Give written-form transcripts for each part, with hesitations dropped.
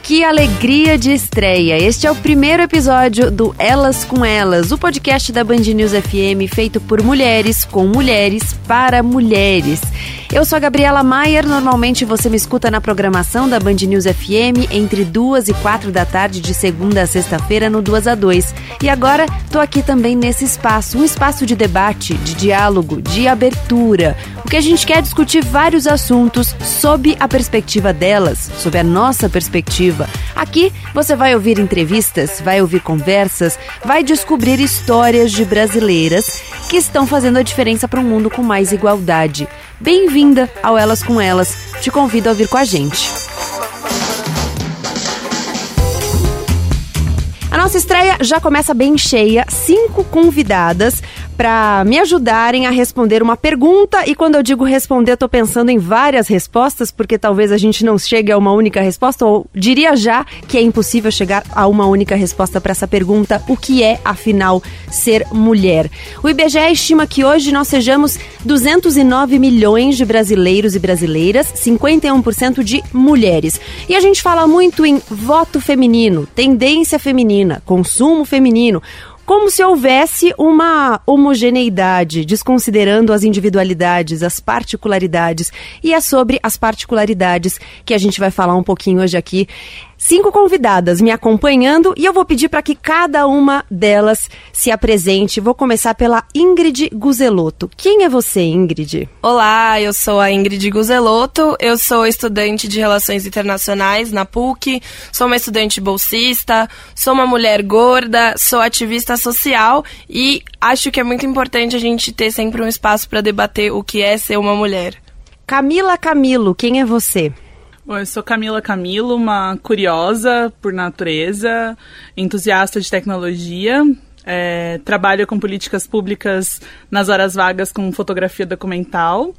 Que alegria de estreia! Este é o primeiro episódio do Elas com Elas, o podcast da Band News FM feito por mulheres, com mulheres, para mulheres. Eu sou a Gabriela Maier, normalmente você me escuta na programação da Band News FM entre 2 e 4 da tarde, de segunda a sexta-feira, no 2 a 2. E agora tô aqui também nesse espaço, um espaço de debate, de diálogo, de abertura. O que a gente quer é discutir vários assuntos sob a perspectiva delas, sob a nossa perspectiva. Aqui você vai ouvir entrevistas, vai ouvir conversas, vai descobrir histórias de brasileiras que estão fazendo a diferença para um mundo com mais igualdade. Bem-vinda ao Elas com Elas. Te convido a vir com a gente. A nossa estreia já começa bem cheia, 5 convidadas para me ajudarem a responder uma pergunta. E quando eu digo responder, eu tô pensando em várias respostas, porque talvez a gente não chegue a uma única resposta, ou diria já que é impossível chegar a uma única resposta para essa pergunta: o que é, afinal, ser mulher? O IBGE estima que hoje nós sejamos 209 milhões de brasileiros e brasileiras, 51% de mulheres. E a gente fala muito em voto feminino, tendência feminina, consumo feminino, como se houvesse uma homogeneidade, desconsiderando as individualidades, as particularidades. E é sobre as particularidades que a gente vai falar um pouquinho hoje aqui. 5 convidadas me acompanhando e eu vou pedir para que cada uma delas se apresente. Vou começar pela Ingrid Guzelotto. Quem é você, Ingrid? Olá, eu sou a Ingrid Guzelotto, eu sou estudante de Relações Internacionais na PUC, sou uma estudante bolsista, sou uma mulher gorda, sou ativista social e acho que é muito importante a gente ter sempre um espaço para debater o que é ser uma mulher. Camila Camilo, quem é você? Bom, eu sou Camila Camilo, uma curiosa por natureza, entusiasta de tecnologia, trabalho com políticas públicas nas horas vagas com fotografia documental,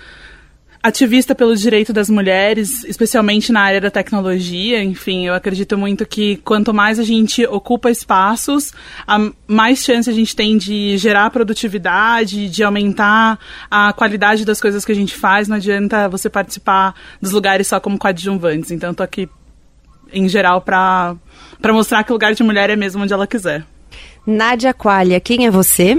ativista pelo direito das mulheres, especialmente na área da tecnologia. Enfim, eu acredito muito que quanto mais a gente ocupa espaços, mais chance a gente tem de gerar produtividade, de aumentar a qualidade das coisas que a gente faz. Não adianta você participar dos lugares só como coadjuvantes. Então, estou aqui, em geral, para mostrar que o lugar de mulher é mesmo onde ela quiser. Nádia Qualia, quem é você?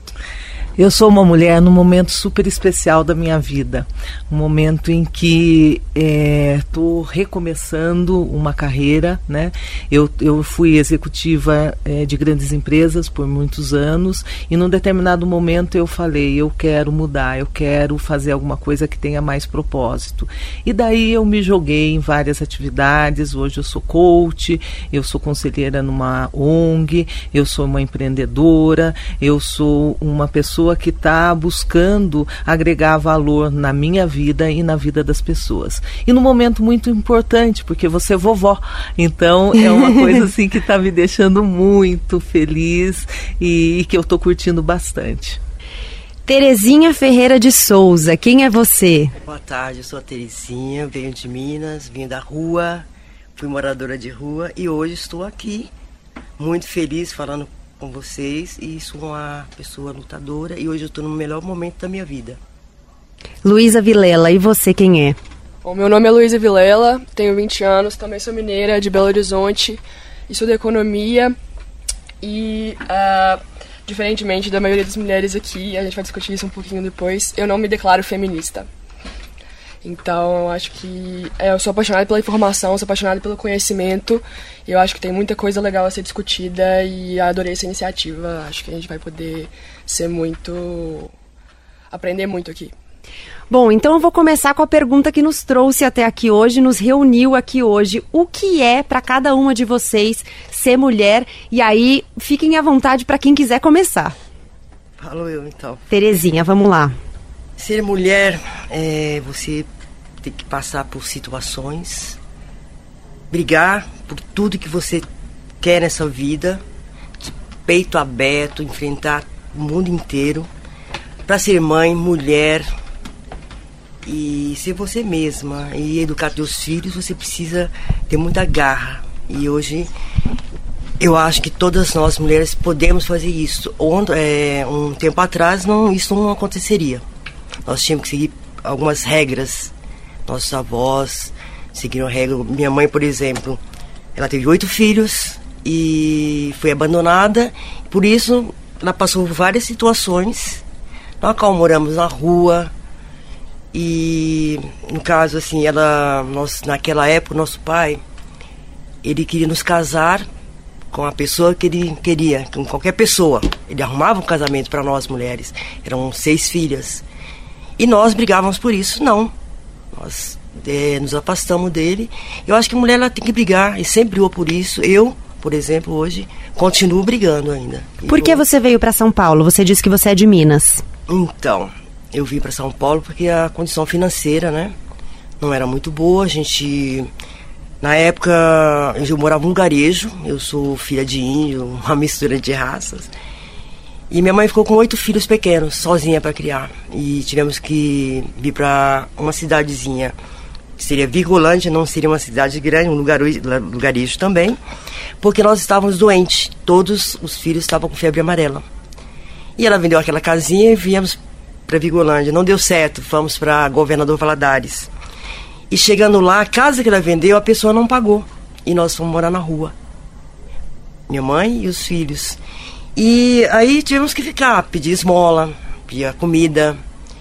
Eu sou uma mulher num momento super especial da minha vida, um momento em que estou recomeçando uma carreira, né? Eu fui executiva de grandes empresas por muitos anos e num determinado momento eu falei, eu quero mudar, eu quero fazer alguma coisa que tenha mais propósito. E daí eu me joguei em várias atividades. Hoje eu sou coach, eu sou conselheira numa ONG, eu sou uma empreendedora, eu sou uma pessoa que está buscando agregar valor na minha vida e na vida das pessoas. E num momento muito importante, porque você é vovó. Então, é uma coisa assim que está me deixando muito feliz e que eu estou curtindo bastante. Terezinha Ferreira de Souza, quem é você? Boa tarde, eu sou a Terezinha, venho de Minas, vim da rua, fui moradora de rua e hoje estou aqui muito feliz falando com vocês e sou uma pessoa lutadora e hoje eu estou no melhor momento da minha vida. Luísa Vilela, e você quem é? Bom, meu nome é Luísa Vilela, tenho 20 anos, também sou mineira de Belo Horizonte, estudo economia e, diferentemente da maioria das mulheres aqui, a gente vai discutir isso um pouquinho depois, eu não me declaro feminista. Então, eu acho que eu sou apaixonada pela informação, sou apaixonada pelo conhecimento. E eu acho que tem muita coisa legal a ser discutida e adorei essa iniciativa. Acho que a gente vai poder aprender muito aqui. Bom, então eu vou começar com a pergunta que nos trouxe até aqui hoje, nos reuniu aqui hoje. O que é para cada uma de vocês ser mulher? E aí, fiquem à vontade para quem quiser começar. Falo eu, então. Terezinha, vamos lá. Ser mulher você tem que passar por situações, brigar por tudo que você quer nessa vida, de peito aberto, enfrentar o mundo inteiro, para ser mãe, mulher e ser você mesma e educar seus filhos. Você precisa ter muita garra e hoje eu acho que todas nós mulheres podemos fazer isso. Um tempo atrás isso não aconteceria. Nós tínhamos que seguir algumas regras. Nossos avós seguiram regras. Minha mãe, por exemplo, Ela teve 8 filhos e foi abandonada. Por isso, ela passou por várias situações. Nós moramos na rua. E, no caso, assim, naquela época, o nosso pai, ele queria nos casar com a pessoa que ele queria, com qualquer pessoa. Ele arrumava um casamento para nós, mulheres. Eram 6 filhas. E nós brigávamos por isso. Não. Nós nos afastamos dele. Eu acho que a mulher ela tem que brigar, e sempre brigou por isso. Eu, por exemplo, hoje, continuo brigando ainda. Por que você veio para São Paulo? Você disse que você é de Minas. Então, eu vim para São Paulo porque a condição financeira, né, não era muito boa. A gente, na época, eu morava num lugarejo. Eu sou filha de índio, uma mistura de raças. E minha mãe ficou com 8 filhos pequenos, sozinha para criar. E tivemos que vir para uma cidadezinha, que seria Virgolândia, não seria uma cidade grande, um lugarejo também, porque nós estávamos doentes. Todos os filhos estavam com febre amarela. E ela vendeu aquela casinha e viemos para Virgolândia. Não deu certo, fomos para Governador Valadares. E chegando lá, a casa que ela vendeu, a pessoa não pagou. E nós fomos morar na rua. Minha mãe e os filhos. E aí tivemos que ficar, pedir esmola, pedir comida,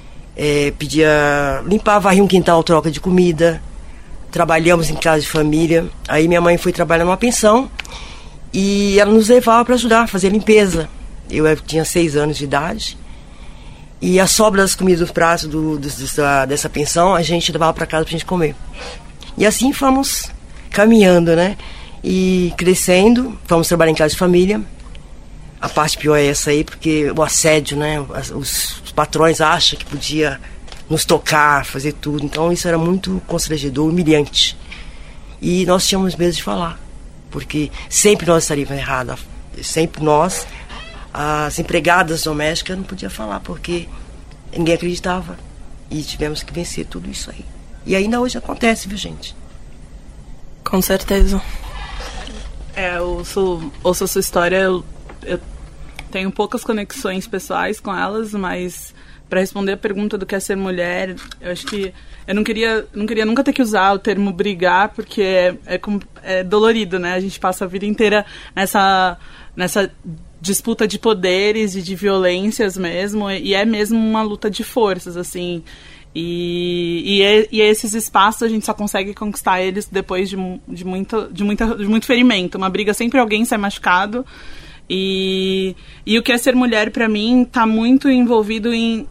limpar, varrer um quintal, troca de comida. Trabalhamos em casa de família. Aí minha mãe foi trabalhar numa pensão e ela nos levava para ajudar a fazer a limpeza. Eu tinha 6 anos de idade. E a sobra das comidas dos pratos dessa pensão, a gente levava para casa pra gente comer. E assim fomos caminhando, né? E crescendo, fomos trabalhar em casa de família. A parte pior é essa aí, porque o assédio, né? Os patrões acham que podia nos tocar, fazer tudo. Então isso era muito constrangedor, humilhante. E nós tínhamos medo de falar, porque sempre nós estaríamos errados. Sempre nós, as empregadas domésticas, não podiam falar, porque ninguém acreditava. E tivemos que vencer tudo isso aí. E ainda hoje acontece, viu, gente? Com certeza. Eu ouço a sua história, eu tenho poucas conexões pessoais com elas, mas para responder a pergunta do que é ser mulher, eu acho que eu não queria nunca ter que usar o termo brigar, porque é dolorido, né? A gente passa a vida inteira nessa disputa de poderes e de violências mesmo, e é mesmo uma luta de forças, assim. E esses espaços a gente só consegue conquistar eles depois de muito ferimento. Uma briga, sempre alguém sai machucado. E o que é ser mulher, pra mim, tá muito envolvido em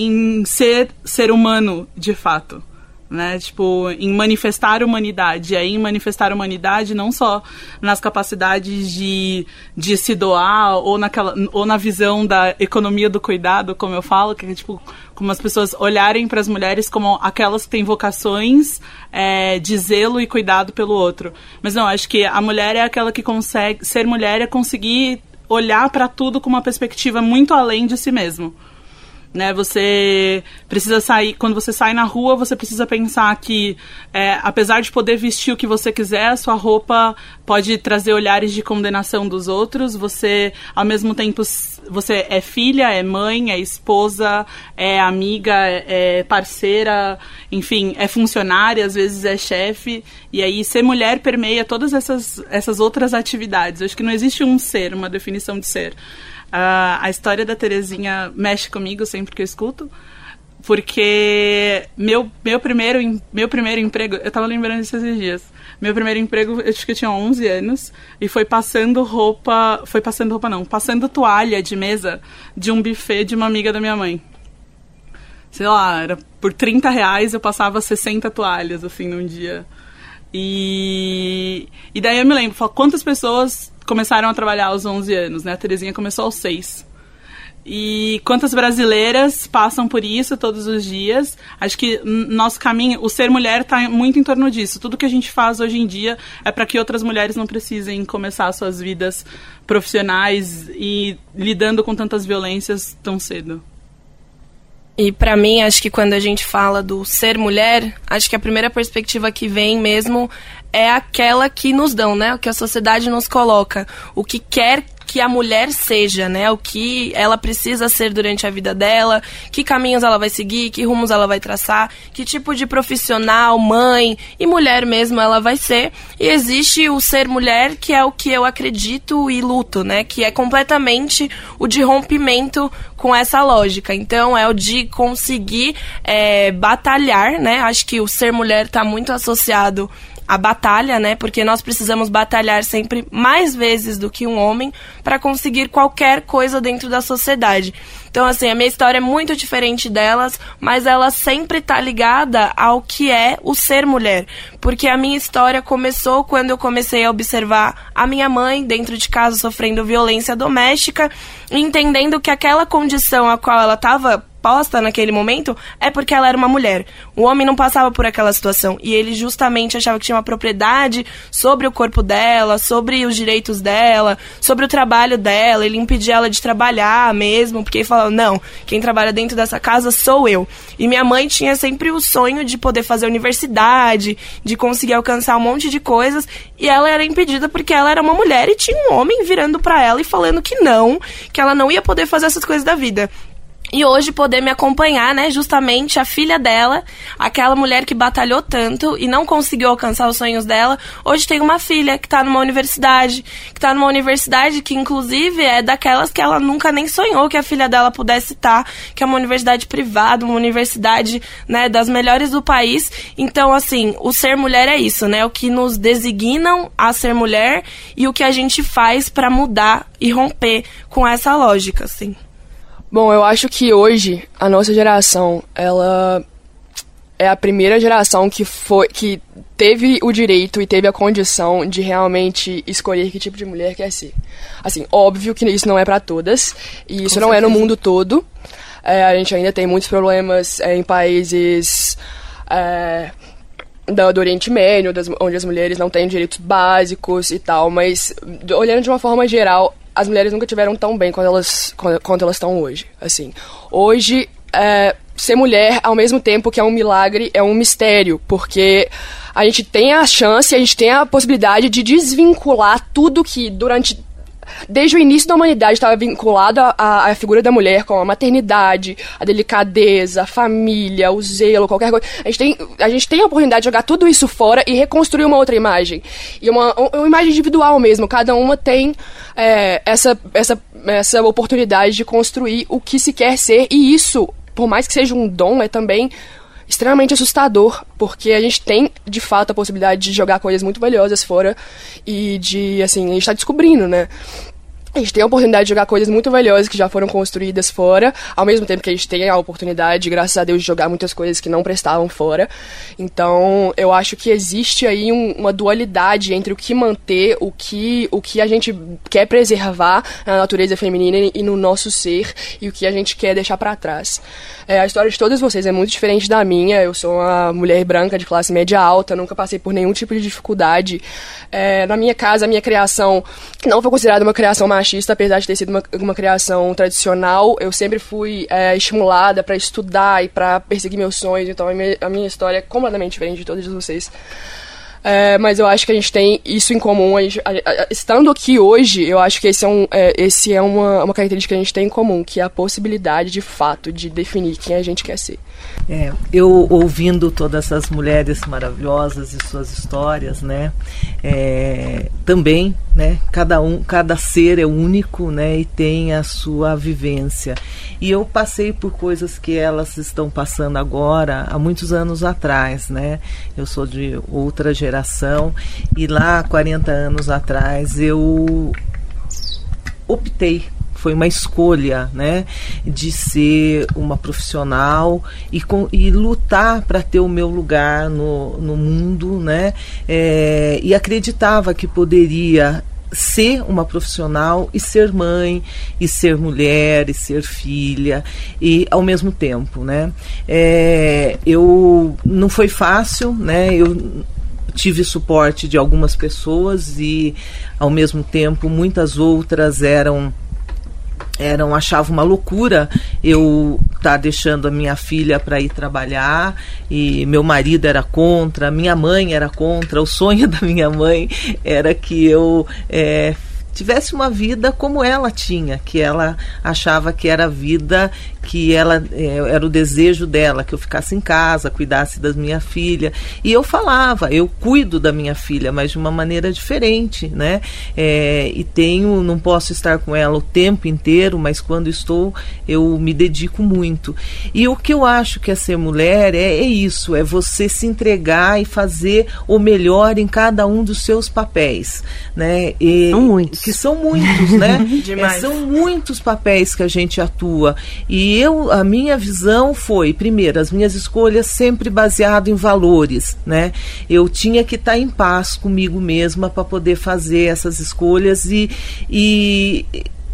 ser humano, de fato, né? Tipo, em manifestar humanidade. E aí, em manifestar humanidade, não só nas capacidades de se doar, ou na visão da economia do cuidado, como eu falo, que é tipo, como as pessoas olharem para as mulheres como aquelas que têm vocações de zelo e cuidado pelo outro. Mas não, acho que a mulher é aquela que consegue, ser mulher é conseguir olhar para tudo com uma perspectiva muito além de si mesmo. Né, você precisa sair, quando você sai na rua, você precisa pensar que, apesar de poder vestir o que você quiser, a sua roupa pode trazer olhares de condenação dos outros. Você, ao mesmo tempo, você é filha, é mãe, é esposa, é amiga, é parceira, enfim, é funcionária, às vezes é chefe. E aí, ser mulher permeia todas essas outras atividades. Eu acho que não existe um ser, uma definição de ser. A história da Terezinha mexe comigo sempre que eu escuto, porque meu primeiro emprego, eu tava lembrando disso esses dias, meu primeiro emprego, eu acho que eu tinha 11 anos, e passando toalha de mesa de um buffet de uma amiga da minha mãe. Sei lá, era por R$30 eu passava 60 toalhas, assim, num dia. E daí eu me lembro, quantas pessoas começaram a trabalhar aos 11 anos, né? A Terezinha começou aos 6. E quantas brasileiras passam por isso todos os dias? Acho que nosso caminho, o ser mulher está muito em torno disso. Tudo que a gente faz hoje em dia é para que outras mulheres não precisem começar suas vidas profissionais e lidando com tantas violências tão cedo. E pra mim, acho que quando a gente fala do ser mulher, acho que a primeira perspectiva que vem mesmo é aquela que nos dão, né? O que a sociedade nos coloca. O que quer que a mulher seja, né? O que ela precisa ser durante a vida dela, que caminhos ela vai seguir, que rumos ela vai traçar, que tipo de profissional, mãe e mulher mesmo ela vai ser. E existe o ser mulher, que é o que eu acredito e luto, né? Que é completamente o de rompimento com essa lógica. Então, é o de conseguir batalhar, né? Acho que o ser mulher está muito associado a batalha, né? Porque nós precisamos batalhar sempre mais vezes do que um homem para conseguir qualquer coisa dentro da sociedade. Então, assim, a minha história é muito diferente delas, mas ela sempre tá ligada ao que é o ser mulher. Porque a minha história começou quando eu comecei a observar a minha mãe dentro de casa sofrendo violência doméstica, entendendo que aquela condição a qual ela estava posta naquele momento é porque ela era uma mulher. O homem não passava por aquela situação e ele justamente achava que tinha uma propriedade sobre o corpo dela, sobre os direitos dela, sobre o trabalho dela. Ele impedia ela de trabalhar mesmo, porque ele falava, não, quem trabalha dentro dessa casa sou eu. E minha mãe tinha sempre o sonho de poder fazer universidade, de conseguir alcançar um monte de coisas, e ela era impedida porque ela era uma mulher e tinha um homem virando pra ela e falando que ela não ia poder fazer essas coisas da vida. E hoje poder me acompanhar, né, justamente a filha dela, aquela mulher que batalhou tanto e não conseguiu alcançar os sonhos dela, hoje tem uma filha que tá numa universidade, que inclusive é daquelas que ela nunca nem sonhou que a filha dela pudesse estar, que é uma universidade privada, uma universidade, né, das melhores do país. Então, assim, o ser mulher é isso, né, o que nos designam a ser mulher e o que a gente faz pra mudar e romper com essa lógica, assim. Bom, eu acho que hoje a nossa geração, ela é a primeira geração que teve o direito e teve a condição de realmente escolher que tipo de mulher quer ser. Assim, óbvio que isso não é para todas, e isso não é no mundo todo. A gente ainda tem muitos problemas em países do Oriente Médio, onde as mulheres não têm direitos básicos e tal, mas olhando de uma forma geral, as mulheres nunca tiveram tão bem quanto elas estão hoje. Assim, hoje, ser mulher, ao mesmo tempo que é um milagre, é um mistério, porque a gente tem a chance, a gente tem a possibilidade de desvincular tudo que desde o início da humanidade estava vinculado à figura da mulher, com a maternidade, a delicadeza, a família, o zelo, qualquer coisa. A gente tem a oportunidade de jogar tudo isso fora e reconstruir uma outra imagem. E uma imagem individual mesmo. Cada uma tem essa oportunidade de construir o que se quer ser. E isso, por mais que seja um dom, é também extremamente assustador, porque a gente tem, de fato, a possibilidade de jogar coisas muito valiosas fora e a gente tá descobrindo, né? A gente tem a oportunidade de jogar coisas muito valiosas que já foram construídas fora, ao mesmo tempo que a gente tem a oportunidade, graças a Deus, de jogar muitas coisas que não prestavam fora. Então, eu acho que existe aí uma dualidade entre o que manter, o que a gente quer preservar na natureza feminina e no nosso ser, e o que a gente quer deixar pra trás. A história de todas vocês é muito diferente da minha. Eu sou uma mulher branca de classe média alta, nunca passei por nenhum tipo de dificuldade. Na minha casa, a minha criação não foi considerada uma criação machista, apesar de ter sido uma criação tradicional. Eu sempre fui estimulada para estudar e para perseguir meus sonhos, então a minha história é completamente diferente de todas vocês. Mas eu acho que a gente tem isso em comum. Estando aqui hoje, eu acho que esse é uma característica que a gente tem em comum, que é a possibilidade, de fato, de definir quem a gente quer ser. Eu ouvindo todas essas mulheres maravilhosas e suas histórias, né, também, né, cada ser é único, né, e tem a sua vivência. E eu passei por coisas que elas estão passando agora, há muitos anos atrás, né. Eu sou de outra geração e lá, 40 anos atrás, eu optei. Foi uma escolha, né, de ser uma profissional e lutar para ter o meu lugar no mundo, né, e acreditava que poderia ser uma profissional e ser mãe, e ser mulher, e ser filha, e ao mesmo tempo, né. Não foi fácil, né, eu tive suporte de algumas pessoas e, ao mesmo tempo, muitas outras achavam uma loucura eu estar deixando a minha filha para ir trabalhar, e meu marido era contra, minha mãe era contra. O sonho da minha mãe era que eu tivesse uma vida como ela tinha, que ela achava que era a vida que ela era o desejo dela, que eu ficasse em casa, cuidasse da minha filha. E eu falava, eu cuido da minha filha, mas de uma maneira diferente, né? E não posso estar com ela o tempo inteiro, mas quando estou, eu me dedico muito. E o que eu acho que é ser mulher é isso, é você se entregar e fazer o melhor em cada um dos seus papéis, né? São muitos. Que são muitos, né? Demais. São muitos papéis que a gente atua. E a minha visão foi, primeiro, as minhas escolhas sempre baseadas em valores, né? Eu tinha que estar em paz comigo mesma para poder fazer essas escolhas e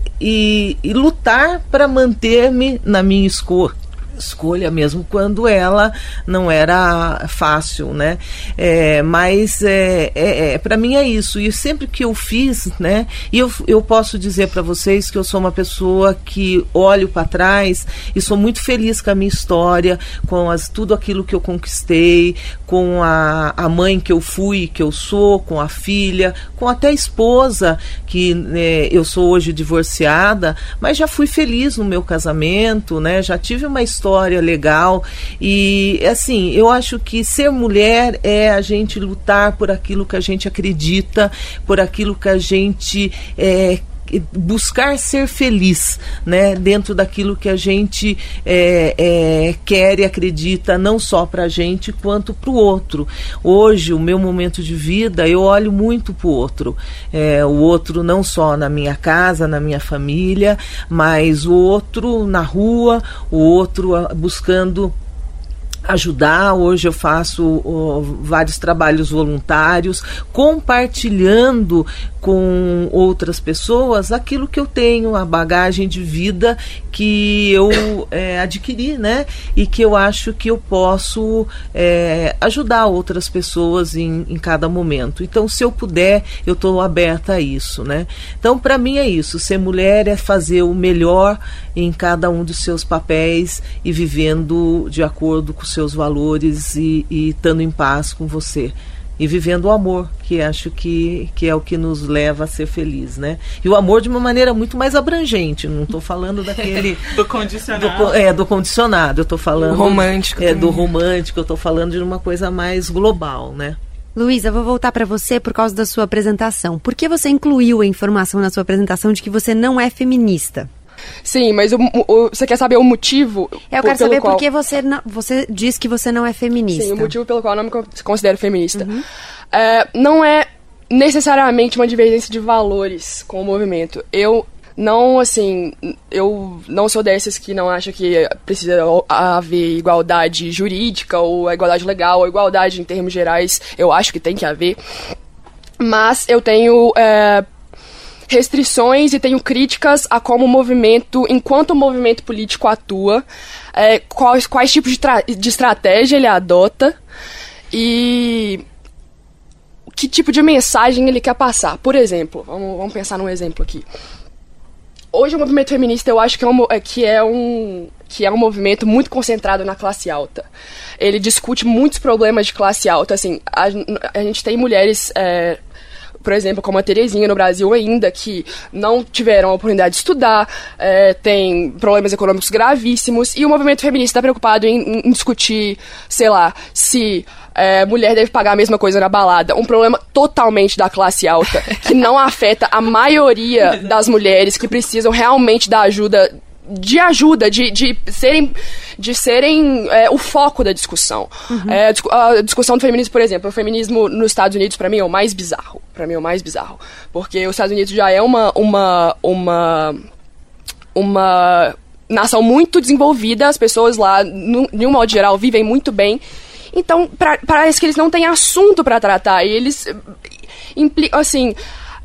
lutar para manter-me na minha escolha mesmo quando ela não era fácil, né? Mas para mim é isso. E sempre que eu fiz, né? E eu posso dizer para vocês que eu sou uma pessoa que olho para trás e sou muito feliz com a minha história, com tudo aquilo que eu conquistei, com a mãe que eu fui, que eu sou, com a filha, com até a esposa, que eu sou hoje divorciada, mas já fui feliz no meu casamento, né? Já tive uma história legal e assim, eu acho que ser mulher é a gente lutar por aquilo que a gente acredita, por aquilo que a gente buscar ser feliz, né, dentro daquilo que a gente quer e acredita, não só para a gente quanto para o outro. Hoje, o meu momento de vida, eu olho muito para o outro não só na minha casa, na minha família, mas o outro na rua, o outro buscando ajudar. Hoje eu faço vários trabalhos voluntários, compartilhando com outras pessoas aquilo que eu tenho, a bagagem de vida que eu adquiri, né? E que eu acho que eu posso ajudar outras pessoas em cada momento. Então, se eu puder, eu estou aberta a isso, né? Então, para mim é isso. Ser mulher é fazer o melhor em cada um dos seus papéis e vivendo de acordo com os seus valores e estando em paz com você. E vivendo o amor, que acho que é o que nos leva a ser feliz, né? E o amor de uma maneira muito mais abrangente. Não estou falando daquele... do condicionado. Do condicionado. Eu estou falando... Romântico. Do romântico. Eu estou falando de uma coisa mais global, né? Luísa, vou voltar para você por causa da sua apresentação. Por que você incluiu a informação na sua apresentação de que você não é feminista? Sim, mas você quer saber o motivo? Eu quero saber por que você diz que você não é feminista. Sim, o motivo pelo qual eu não me considero feminista. Uhum. Não é necessariamente uma divergência de valores com o movimento. Eu não sou dessas que não acham que precisa haver igualdade jurídica, ou igualdade legal, ou igualdade em termos gerais. Eu acho que tem que haver. Mas eu tenho... restrições e tenho críticas a como o movimento, enquanto o movimento político atua, quais tipos de estratégia ele adota e que tipo de mensagem ele quer passar. Por exemplo, vamos pensar num exemplo aqui. Hoje o movimento feminista eu acho que é um movimento muito concentrado na classe alta. Ele discute muitos problemas de classe alta. Assim, a gente tem mulheres... por exemplo, como a Terezinha no Brasil ainda, que não tiveram a oportunidade de estudar, tem problemas econômicos gravíssimos, e o movimento feminista está preocupado em discutir, sei lá, se mulher deve pagar a mesma coisa na balada. Um problema totalmente da classe alta, que não afeta a maioria das mulheres que precisam realmente da ajuda, de serem o foco da discussão. Uhum. A discussão do feminismo, por exemplo, o feminismo nos Estados Unidos, para mim, é o mais bizarro. Porque os Estados Unidos já é uma nação muito desenvolvida, as pessoas lá, de um modo geral, vivem muito bem. Então, parece que eles não têm assunto para tratar. E eles assim...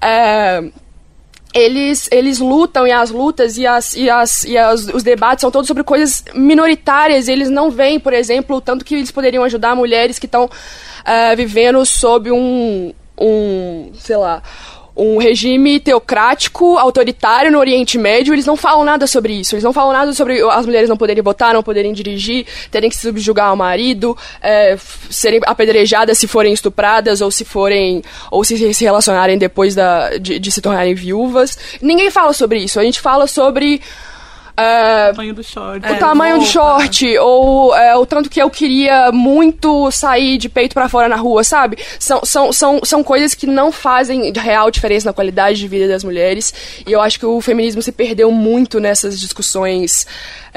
Eles lutam, e as lutas os debates são todos sobre coisas minoritárias. Eles não veem, por exemplo, o tanto que eles poderiam ajudar mulheres que estão vivendo sob sei lá, um regime teocrático, autoritário no Oriente Médio, eles não falam nada sobre isso. Eles não falam nada sobre as mulheres não poderem votar, não poderem dirigir, terem que se subjugar ao marido, serem apedrejadas se forem estupradas ou se se relacionarem depois de se tornarem viúvas. Ninguém fala sobre isso. A gente fala sobre o tamanho do short. O tamanho do short, ou o tanto que eu queria muito sair de peito pra fora na rua, sabe? São coisas que não fazem real diferença na qualidade de vida das mulheres, e eu acho que o feminismo se perdeu muito nessas discussões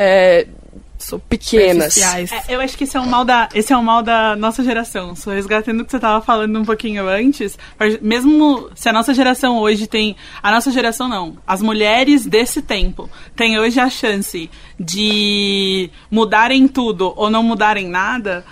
pequenas. Eu acho que esse é um mal da nossa geração. Só resgatando o que você estava falando um pouquinho antes, mesmo se a nossa geração hoje tem... A nossa geração não. As mulheres desse tempo têm hoje a chance de mudarem tudo ou não mudarem nada.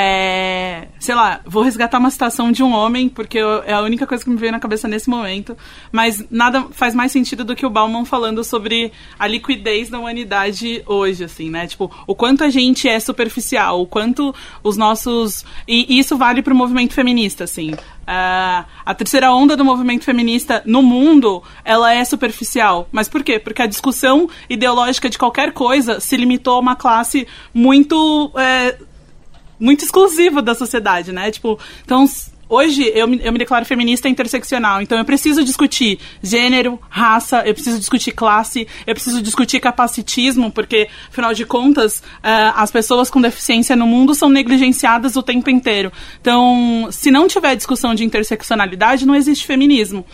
Sei lá, vou resgatar uma citação de um homem, porque é a única coisa que me veio na cabeça nesse momento, mas nada faz mais sentido do que o Bauman falando sobre a liquidez da humanidade hoje, assim, né? Tipo, o quanto a gente é superficial, o quanto os nossos... E isso vale pro movimento feminista, assim. A terceira onda do movimento feminista no mundo, ela é superficial. Mas por quê? Porque a discussão ideológica de qualquer coisa se limitou a uma classe muito exclusiva da sociedade, né? Tipo, então... Hoje, eu me declaro feminista interseccional, então eu preciso discutir gênero, raça, eu preciso discutir classe, eu preciso discutir capacitismo, porque, afinal de contas, as pessoas com deficiência no mundo são negligenciadas o tempo inteiro. Então, se não tiver discussão de interseccionalidade, não existe feminismo.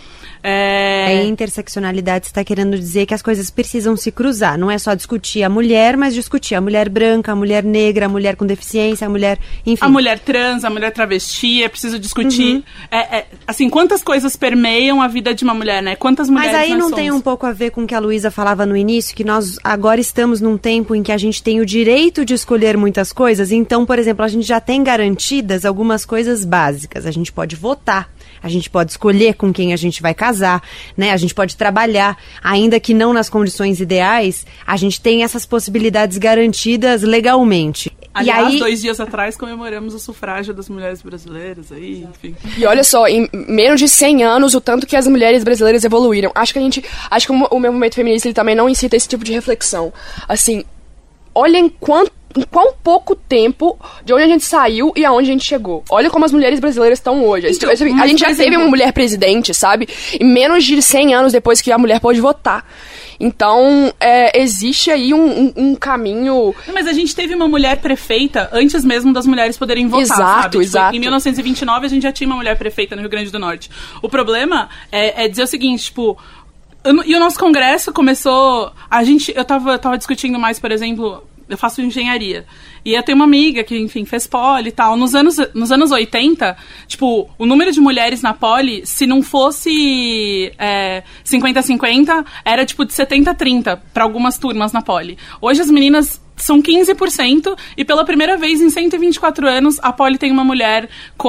A interseccionalidade está querendo dizer que as coisas precisam se cruzar. Não é só discutir a mulher, mas discutir a mulher branca, a mulher negra, a mulher com deficiência, a mulher... Enfim. A mulher trans, a mulher travesti, é preciso discutir... assim, quantas coisas permeiam a vida de uma mulher, né? Quantas mulheres Mas aí não somos? Tem um pouco a ver com o que a Luísa falava no início, que nós agora estamos num tempo em que a gente tem o direito de escolher muitas coisas. Então, por exemplo, a gente já tem garantidas algumas coisas básicas. A gente pode votar. A gente pode escolher com quem a gente vai casar, né? A gente pode trabalhar, ainda que não nas condições ideais, a gente tem essas possibilidades garantidas legalmente. Aliás, 2 dias atrás comemoramos o sufrágio das mulheres brasileiras, aí, enfim. E olha só, em menos de 100 anos, o tanto que as mulheres brasileiras evoluíram. Acho que o movimento feminista ele também não incita esse tipo de reflexão. Assim, olha em quão pouco tempo de onde a gente saiu e aonde a gente chegou. Olha como as mulheres brasileiras estão hoje. Então, a gente já teve uma mulher presidente, sabe? E menos de 100 anos depois que a mulher pôde votar. Então, existe aí um caminho... Mas a gente teve uma mulher prefeita antes mesmo das mulheres poderem votar, sabe? Exato. Em 1929 a gente já tinha uma mulher prefeita no Rio Grande do Norte. O problema é dizer o seguinte, tipo... E o nosso congresso começou... Eu tava discutindo mais, por exemplo... Eu faço engenharia. E eu tenho uma amiga que, enfim, fez poli e tal. Nos anos 80, tipo, o número de mulheres na poli, se não fosse 50-50, era tipo de 70-30 para algumas turmas na poli. Hoje as meninas são 15% e pela primeira vez em 124 anos a poli tem uma mulher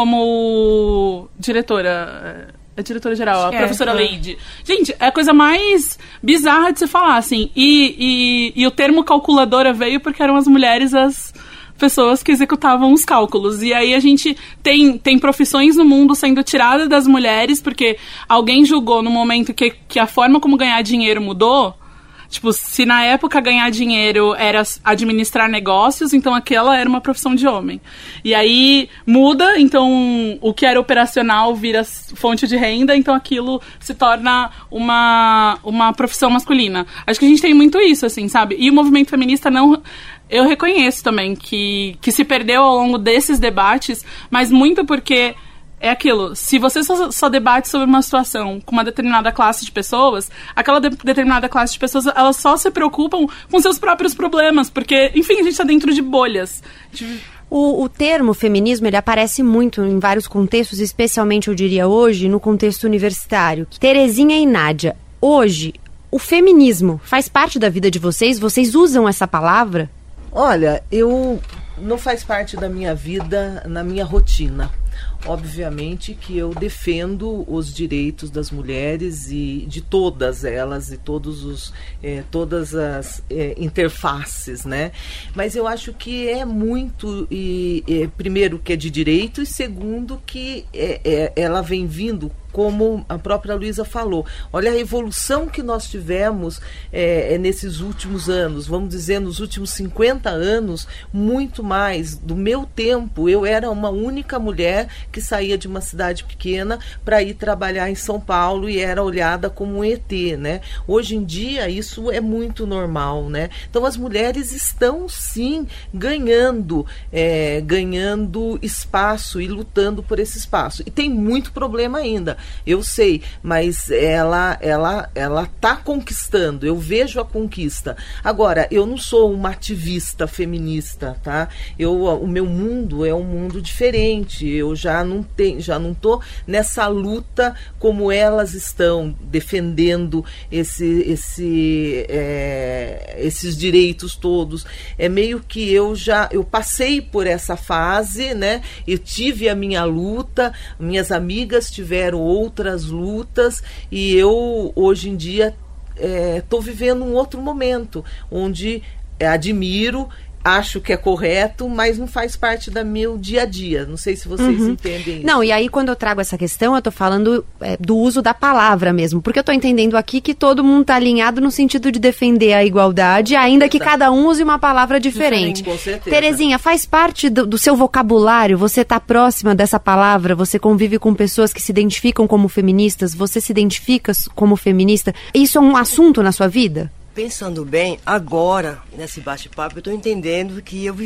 como diretora... A diretora-geral, a professora Leide. Gente, é a coisa mais bizarra de se falar, assim. E o termo calculadora veio porque eram as mulheres as pessoas que executavam os cálculos. E aí a gente tem profissões no mundo sendo tiradas das mulheres porque alguém julgou no momento que a forma como ganhar dinheiro mudou. Tipo, se na época ganhar dinheiro era administrar negócios, então aquela era uma profissão de homem. E aí muda, então o que era operacional vira fonte de renda, então aquilo se torna uma profissão masculina. Acho que a gente tem muito isso, assim, sabe? E o movimento feminista não... Eu reconheço também que se perdeu ao longo desses debates, mas muito porque... É aquilo, se você só debate sobre uma situação com uma determinada classe de pessoas, aquela determinada classe de pessoas, elas só se preocupam com seus próprios problemas, porque, enfim, a gente está dentro de bolhas. O termo feminismo, ele aparece muito em vários contextos, especialmente, eu diria hoje, no contexto universitário. Terezinha e Nádia, hoje, o feminismo faz parte da vida de vocês? Vocês usam essa palavra? Olha, não faz parte da minha vida, na minha rotina. Obviamente que eu defendo os direitos das mulheres e de todas elas e todas as interfaces, né? Mas eu acho que é muito, primeiro, que é de direito, e segundo, que ela vem vindo como a própria Luísa falou, olha a evolução que nós tivemos nesses últimos anos, vamos dizer, nos últimos 50 anos, muito mais. Do meu tempo, eu era uma única mulher que saía de uma cidade pequena para ir trabalhar em São Paulo e era olhada como um ET, né? Hoje em dia, isso é muito normal, né? Então, as mulheres estão, sim, ganhando espaço e lutando por esse espaço. E tem muito problema ainda, eu sei, mas ela está conquistando, eu vejo a conquista. Agora, eu não sou uma ativista feminista, tá? O meu mundo é um mundo diferente, eu já não estou nessa luta como elas estão defendendo esses direitos todos. É meio que eu passei por essa fase, né? Eu tive a minha luta, minhas amigas tiveram outras lutas e eu, hoje em dia, estou vivendo um outro momento, onde admiro, acho que é correto, mas não faz parte do meu dia a dia. Não sei se vocês entendem isso. Não, e aí quando eu trago essa questão, eu tô falando do uso da palavra mesmo, porque eu tô entendendo aqui que todo mundo tá alinhado no sentido de defender a igualdade, ainda que cada um use uma palavra diferente. Com certeza. Terezinha, faz parte do seu vocabulário? Você tá próxima dessa palavra? Você convive com pessoas que se identificam como feministas? Você se identifica como feminista? Isso é um assunto na sua vida? Pensando bem, agora, nesse bate-papo, eu estou entendendo que eu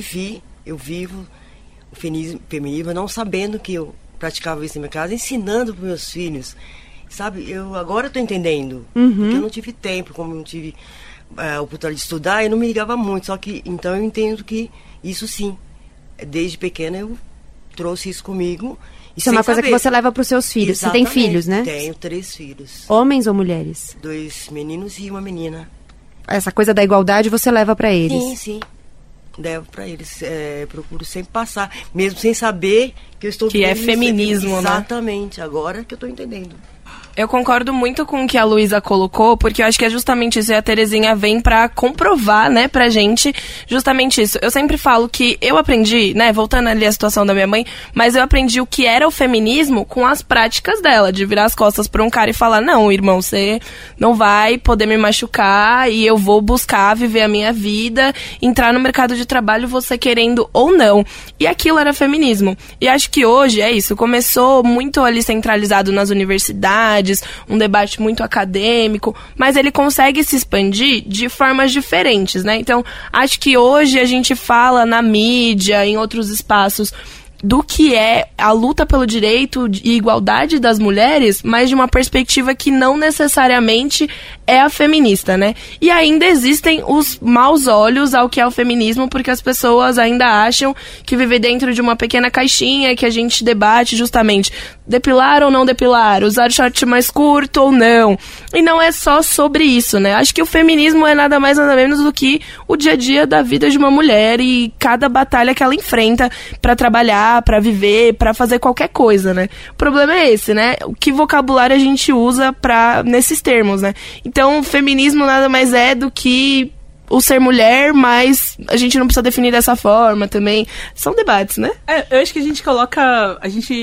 vivo o feminismo, não sabendo que eu praticava isso na minha casa, ensinando para meus filhos, sabe? Agora estou entendendo, porque eu não tive tempo, como eu não tive a oportunidade de estudar, eu não me ligava muito, só que, então eu entendo que isso sim, desde pequena eu trouxe isso comigo. Isso é uma coisa que você leva para os seus filhos. Exatamente. Você tem filhos, né? Tenho 3 filhos. Homens ou mulheres? 2 meninos e uma menina. Essa coisa da igualdade você leva para eles? Sim. Levo para eles. Procuro sempre passar, mesmo sem saber que eu estou... Que é feminismo, né? Exatamente, agora que eu estou entendendo. Eu concordo muito com o que a Luísa colocou, porque eu acho que é justamente isso, e a Terezinha vem pra comprovar, né, pra gente, justamente isso. Eu sempre falo que eu aprendi, né, voltando ali à situação da minha mãe, mas eu aprendi o que era o feminismo com as práticas dela, de virar as costas pra um cara e falar, não, irmão, você não vai poder me machucar e eu vou buscar viver a minha vida, entrar no mercado de trabalho, você querendo ou não. E aquilo era feminismo. E acho que hoje é isso, começou muito ali centralizado nas universidades, um debate muito acadêmico, mas ele consegue se expandir de formas diferentes, né? Então, acho que hoje a gente fala na mídia, em outros espaços, do que é a luta pelo direito e igualdade das mulheres, mas de uma perspectiva que não necessariamente é a feminista, né? E ainda existem os maus olhos ao que é o feminismo, porque as pessoas ainda acham que viver dentro de uma pequena caixinha que a gente debate justamente depilar ou não depilar, usar short mais curto ou não. E não é só sobre isso, né? Acho que o feminismo é nada mais nada menos do que o dia a dia da vida de uma mulher e cada batalha que ela enfrenta pra trabalhar, pra viver, pra fazer qualquer coisa, né? O problema é esse, né? O que vocabulário a gente usa nesses termos, né? Então, feminismo nada mais é do que o ser mulher, mas a gente não precisa definir dessa forma também. São debates, né? Eu acho que a gente coloca...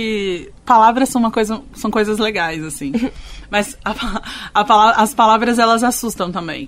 Palavras são coisas legais, assim. Mas as palavras, elas assustam também.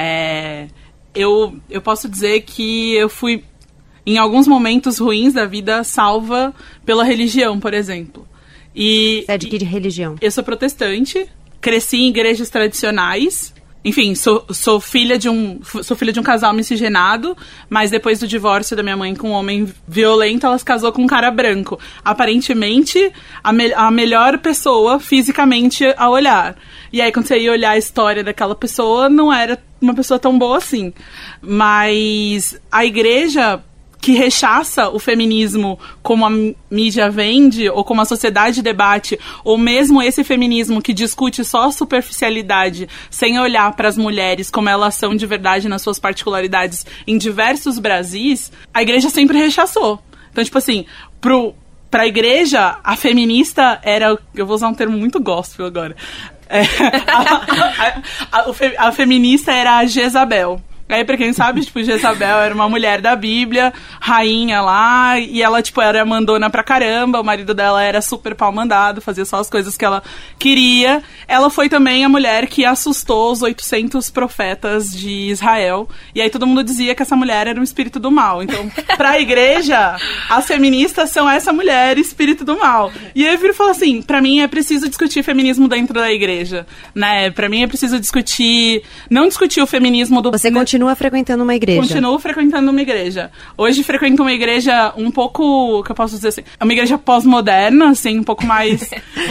Eu posso dizer que eu fui, em alguns momentos ruins da vida, salva pela religião, por exemplo. Você é de que religião? Eu sou protestante, cresci em igrejas tradicionais. Enfim, sou filha de um casal miscigenado, mas depois do divórcio da minha mãe com um homem violento, ela se casou com um cara branco. Aparentemente, a melhor pessoa fisicamente a olhar. E aí, quando você ia olhar a história daquela pessoa, não era uma pessoa tão boa assim. Mas a igreja que rechaça o feminismo como a mídia vende, ou como a sociedade debate, ou mesmo esse feminismo que discute só a superficialidade, sem olhar para as mulheres como elas são de verdade nas suas particularidades em diversos Brasis, a igreja sempre rechaçou. Então, tipo assim, pra igreja, a feminista era... Eu vou usar um termo muito gospel agora. A feminista era a Jezabel. Aí, pra quem sabe, tipo, Jezabel era uma mulher da Bíblia, rainha lá, e ela, tipo, era mandona pra caramba, o marido dela era super pau-mandado, fazia só as coisas que ela queria. Ela foi também a mulher que assustou os 800 profetas de Israel, e aí todo mundo dizia que essa mulher era um espírito do mal. Então, pra igreja, as feministas são essa mulher, espírito do mal. E aí eu viro e falo assim, pra mim é preciso discutir feminismo dentro da igreja, né? Pra mim é preciso não discutir o feminismo do... Você continua frequentando uma igreja? Continuo frequentando uma igreja. Hoje frequento uma igreja um pouco, que eu posso dizer assim, é uma igreja pós-moderna, assim, um pouco mais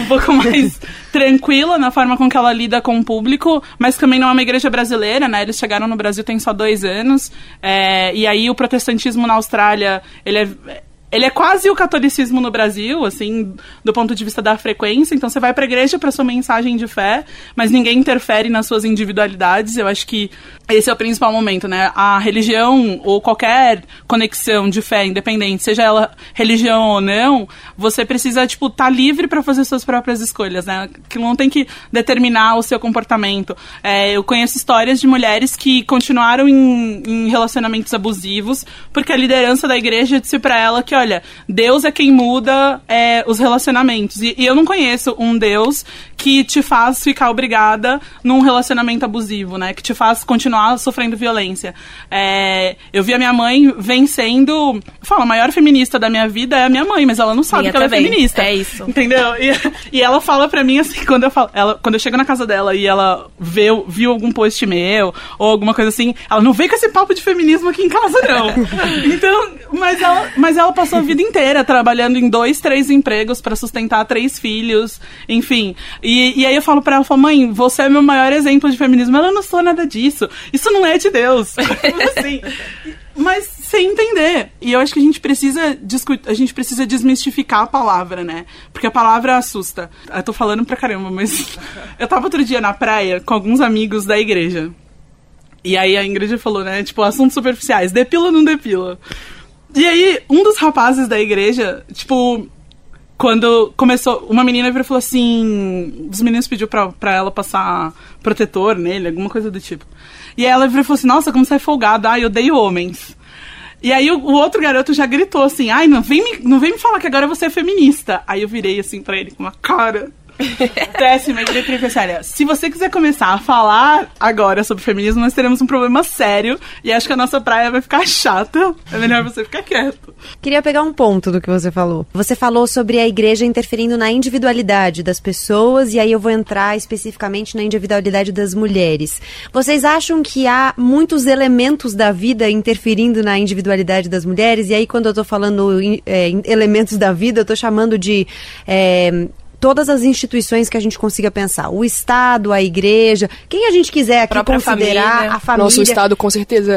tranquila na forma com que ela lida com o público, mas também não é uma igreja brasileira, né? Eles chegaram no Brasil tem só 2 anos, e aí o protestantismo na Austrália, ele é quase o catolicismo no Brasil, assim, do ponto de vista da frequência. Então, você vai pra igreja pra sua mensagem de fé, mas ninguém interfere nas suas individualidades. Eu acho que esse é o principal momento, né? A religião ou qualquer conexão de fé independente, seja ela religião ou não, você precisa, tipo, tá livre pra fazer suas próprias escolhas, né? Que não tem que determinar o seu comportamento. Eu conheço histórias de mulheres que continuaram em relacionamentos abusivos porque a liderança da igreja disse pra ela que, olha, Deus é quem muda os relacionamentos. E eu não conheço um Deus que te faz ficar obrigada num relacionamento abusivo, né? Que te faz continuar sofrendo violência. Eu vi a minha mãe vencendo... A maior feminista da minha vida é a minha mãe, mas ela não sabe que ela é feminista. É isso. Entendeu? E ela fala pra mim, assim, quando eu chego na casa dela e ela viu algum post meu, ou alguma coisa assim, ela não vem com esse papo de feminismo aqui em casa, não. Então, mas ela passou a vida inteira trabalhando em 2, 3 empregos pra sustentar 3 filhos, enfim. E aí eu falo pra ela, mãe, você é meu maior exemplo de feminismo. Ela não sou nada disso. Isso não é de Deus. Assim, mas sem entender. E eu acho que a gente precisa desmistificar a palavra, né? Porque a palavra assusta. Eu tô falando pra caramba, mas eu tava outro dia na praia com alguns amigos da igreja. E aí a Ingrid falou, né? Tipo, assuntos superficiais. Depila ou não depila? E aí, um dos rapazes da igreja, tipo, quando começou, uma menina virou e falou assim, os meninos pediu pra ela passar protetor nele, alguma coisa do tipo. E aí ela virou e falou assim, nossa, como você é folgada, eu odeio homens. E aí o outro garoto já gritou assim, não vem me falar que agora você é feminista. Aí eu virei assim pra ele com uma cara... péssima, e pensei, olha, se você quiser começar a falar agora sobre feminismo, nós teremos um problema sério e acho que a nossa praia vai ficar chata. É melhor você ficar quieto. Queria pegar um ponto do que você falou. Você falou sobre a igreja interferindo na individualidade das pessoas, e aí eu vou entrar especificamente na individualidade das mulheres. Vocês acham que há muitos elementos da vida interferindo na individualidade das mulheres? E aí, quando eu tô falando elementos da vida, eu tô chamando de... todas as instituições que a gente consiga pensar. O Estado, a igreja, quem a gente quiser aqui considerar, a família. Nosso Estado, com certeza.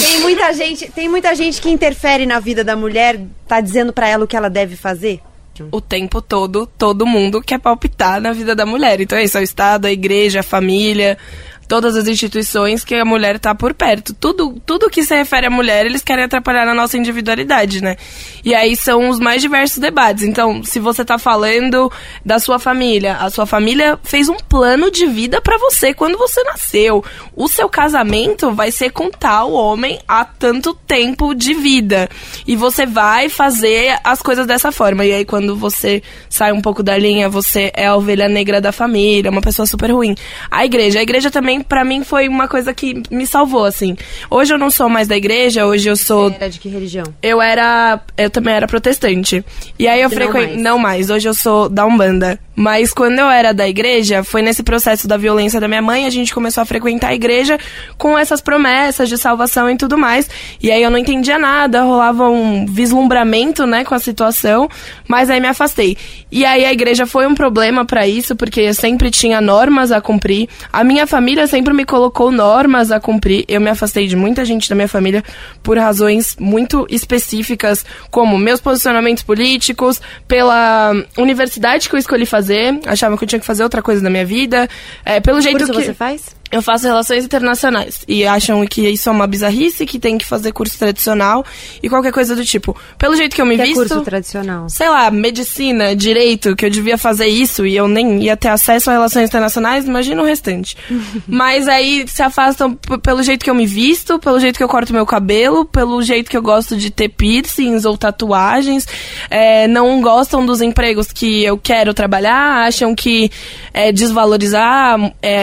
Tem muita gente que interfere na vida da mulher, tá dizendo pra ela o que ela deve fazer? O tempo todo mundo quer palpitar na vida da mulher. Então é isso, é o Estado, a igreja, a família... todas as instituições que a mulher tá por perto. Tudo que se refere à mulher, eles querem atrapalhar na nossa individualidade, né? E aí são os mais diversos debates. Então, se você tá falando da sua família, a sua família fez um plano de vida pra você quando você nasceu. O seu casamento vai ser com tal homem há tanto tempo de vida. E você vai fazer as coisas dessa forma. E aí, quando você sai um pouco da linha, você é a ovelha negra da família, uma pessoa super ruim. A igreja também, pra mim, foi uma coisa que me salvou, assim. Hoje eu não sou mais da igreja, hoje eu sou... Você era de que religião? Eu também era protestante. E aí eu frequentei... Não mais, hoje eu sou da Umbanda. Mas quando eu era da igreja, foi nesse processo da violência da minha mãe, a gente começou a frequentar a igreja com essas promessas de salvação e tudo mais. E aí eu não entendia nada, rolava um vislumbramento, né, com a situação, mas aí me afastei. E aí a igreja foi um problema pra isso, porque eu sempre tinha normas a cumprir. A minha família sempre me colocou normas a cumprir. Eu me afastei de muita gente da minha família por razões muito específicas, como meus posicionamentos políticos, pela universidade que eu escolhi fazer, achava que eu tinha que fazer outra coisa na minha vida, pelo jeito que... Por isso você faz? Eu faço relações internacionais e acham que isso é uma bizarrice, que tem que fazer curso tradicional e qualquer coisa do tipo. Pelo jeito que eu me visto... curso tradicional? Sei lá, medicina, direito, que eu devia fazer isso e eu nem ia ter acesso a relações internacionais, imagina o restante. Mas aí se afastam pelo jeito que eu me visto, pelo jeito que eu corto meu cabelo, pelo jeito que eu gosto de ter piercings ou tatuagens, não gostam dos empregos que eu quero trabalhar, acham que desvalorizar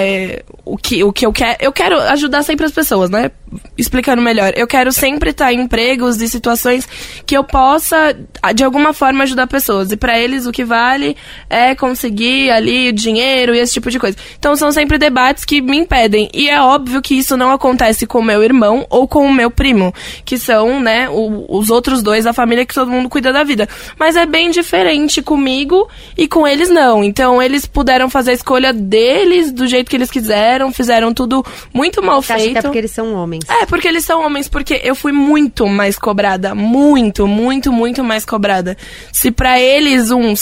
o que eu quero. Eu quero ajudar sempre as pessoas, né? Explicando melhor. Eu quero sempre estar em empregos e situações que eu possa, de alguma forma, ajudar pessoas. E pra eles o que vale é conseguir ali o dinheiro e esse tipo de coisa. Então são sempre debates que me impedem. E é óbvio que isso não acontece com o meu irmão ou com o meu primo, que são, né, os outros dois da família que todo mundo cuida da vida. Mas é bem diferente comigo e com eles não. Então eles puderam fazer a escolha deles do jeito que eles quiseram, fizeram tudo muito mal feito. Acho que é porque eles são homens. Porque eles são homens, porque eu fui muito mais cobrada, muito mais cobrada. Se pra eles um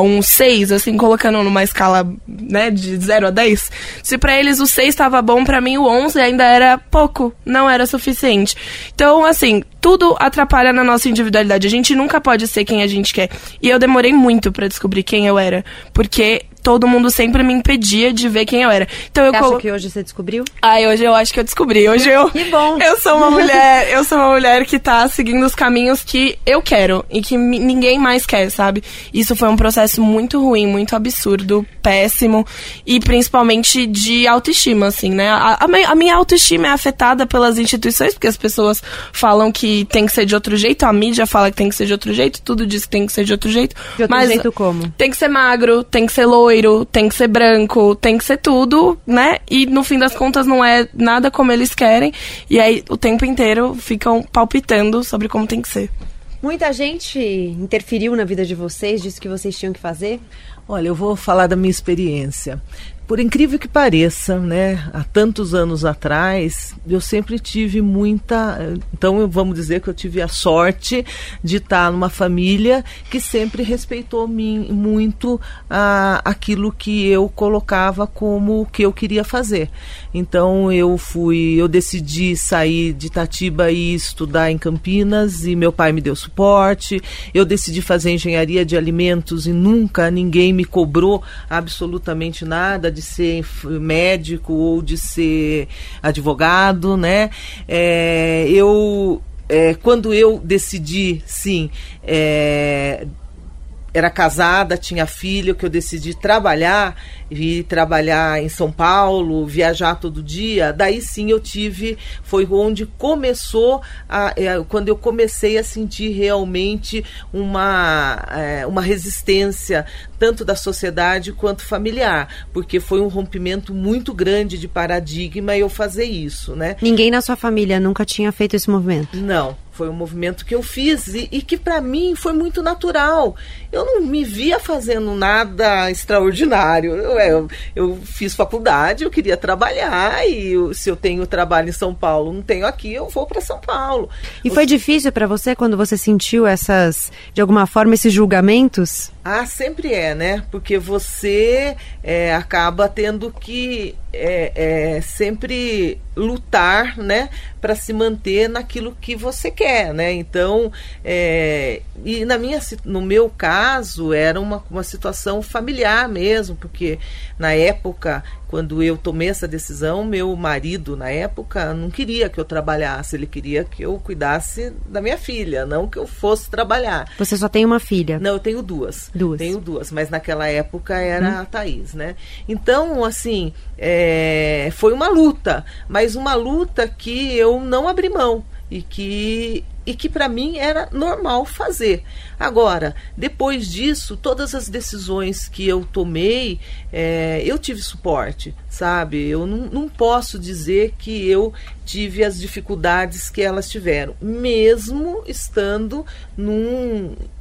6, assim, colocando numa escala, né, de 0 a 10, se pra eles o 6 tava bom, pra mim o 11 ainda era pouco, não era suficiente. Então, assim, tudo atrapalha na nossa individualidade. A gente nunca pode ser quem a gente quer. E eu demorei muito pra descobrir quem eu era, porque todo mundo sempre me impedia de ver quem eu era. Então Você acha que hoje você descobriu? Hoje eu acho que eu descobri. Hoje Que bom. Eu sou uma mulher que tá seguindo os caminhos que eu quero e que ninguém mais quer, sabe? Isso foi um processo muito ruim, muito absurdo, péssimo e principalmente de autoestima, assim, né? A minha autoestima é afetada pelas instituições, porque as pessoas falam que tem que ser de outro jeito, a mídia fala que tem que ser de outro jeito, tudo diz que tem que ser de outro jeito. De outro jeito como? Tem que ser magro, tem que ser loiro, tem que ser branco, tem que ser tudo, né? E no fim das contas não é nada como eles querem. E aí o tempo inteiro ficam palpitando sobre como tem que ser. Muita gente interferiu na vida de vocês, disse que vocês tinham que fazer? Olha, eu vou falar da minha experiência. Por incrível que pareça, né, há tantos anos atrás, eu sempre tive então vamos dizer que eu tive a sorte de estar numa família que sempre respeitou muito aquilo que eu colocava como o que eu queria fazer. Então eu decidi sair de Itatiba e estudar em Campinas e meu pai me deu suporte. Eu decidi fazer engenharia de alimentos e nunca ninguém me cobrou absolutamente nada de ser médico ou de ser advogado, né? Quando eu decidi, era casada, tinha filho, que eu decidi trabalhar em São Paulo, viajar todo dia, daí sim foi onde começou, quando eu comecei a sentir realmente uma resistência, tanto da sociedade quanto familiar, porque foi um rompimento muito grande de paradigma eu fazer isso, né? Ninguém na sua família nunca tinha feito esse movimento? Não. Foi um movimento que eu fiz e que para mim foi muito natural. Eu não me via fazendo nada extraordinário. Eu fiz faculdade, eu queria trabalhar e se eu tenho trabalho em São Paulo, não tenho aqui, eu vou para São Paulo. E foi difícil para você quando você sentiu de alguma forma, esses julgamentos? Sempre né? Porque você acaba tendo que sempre lutar, né? Para se manter naquilo que você quer, né? Então, e no meu caso, era uma situação familiar mesmo, porque na época, quando eu tomei essa decisão, meu marido, na época, não queria que eu trabalhasse, ele queria que eu cuidasse da minha filha, não que eu fosse trabalhar. Você só tem uma filha? Não, eu tenho duas. Tenho duas, mas naquela época era a Thaís, né? Então, assim, foi uma luta, mas uma luta que eu não abri mão e que para mim era normal fazer. Agora, depois disso, todas as decisões que eu tomei, eu tive suporte, sabe? Eu não posso dizer que eu tive as dificuldades que elas tiveram, mesmo estando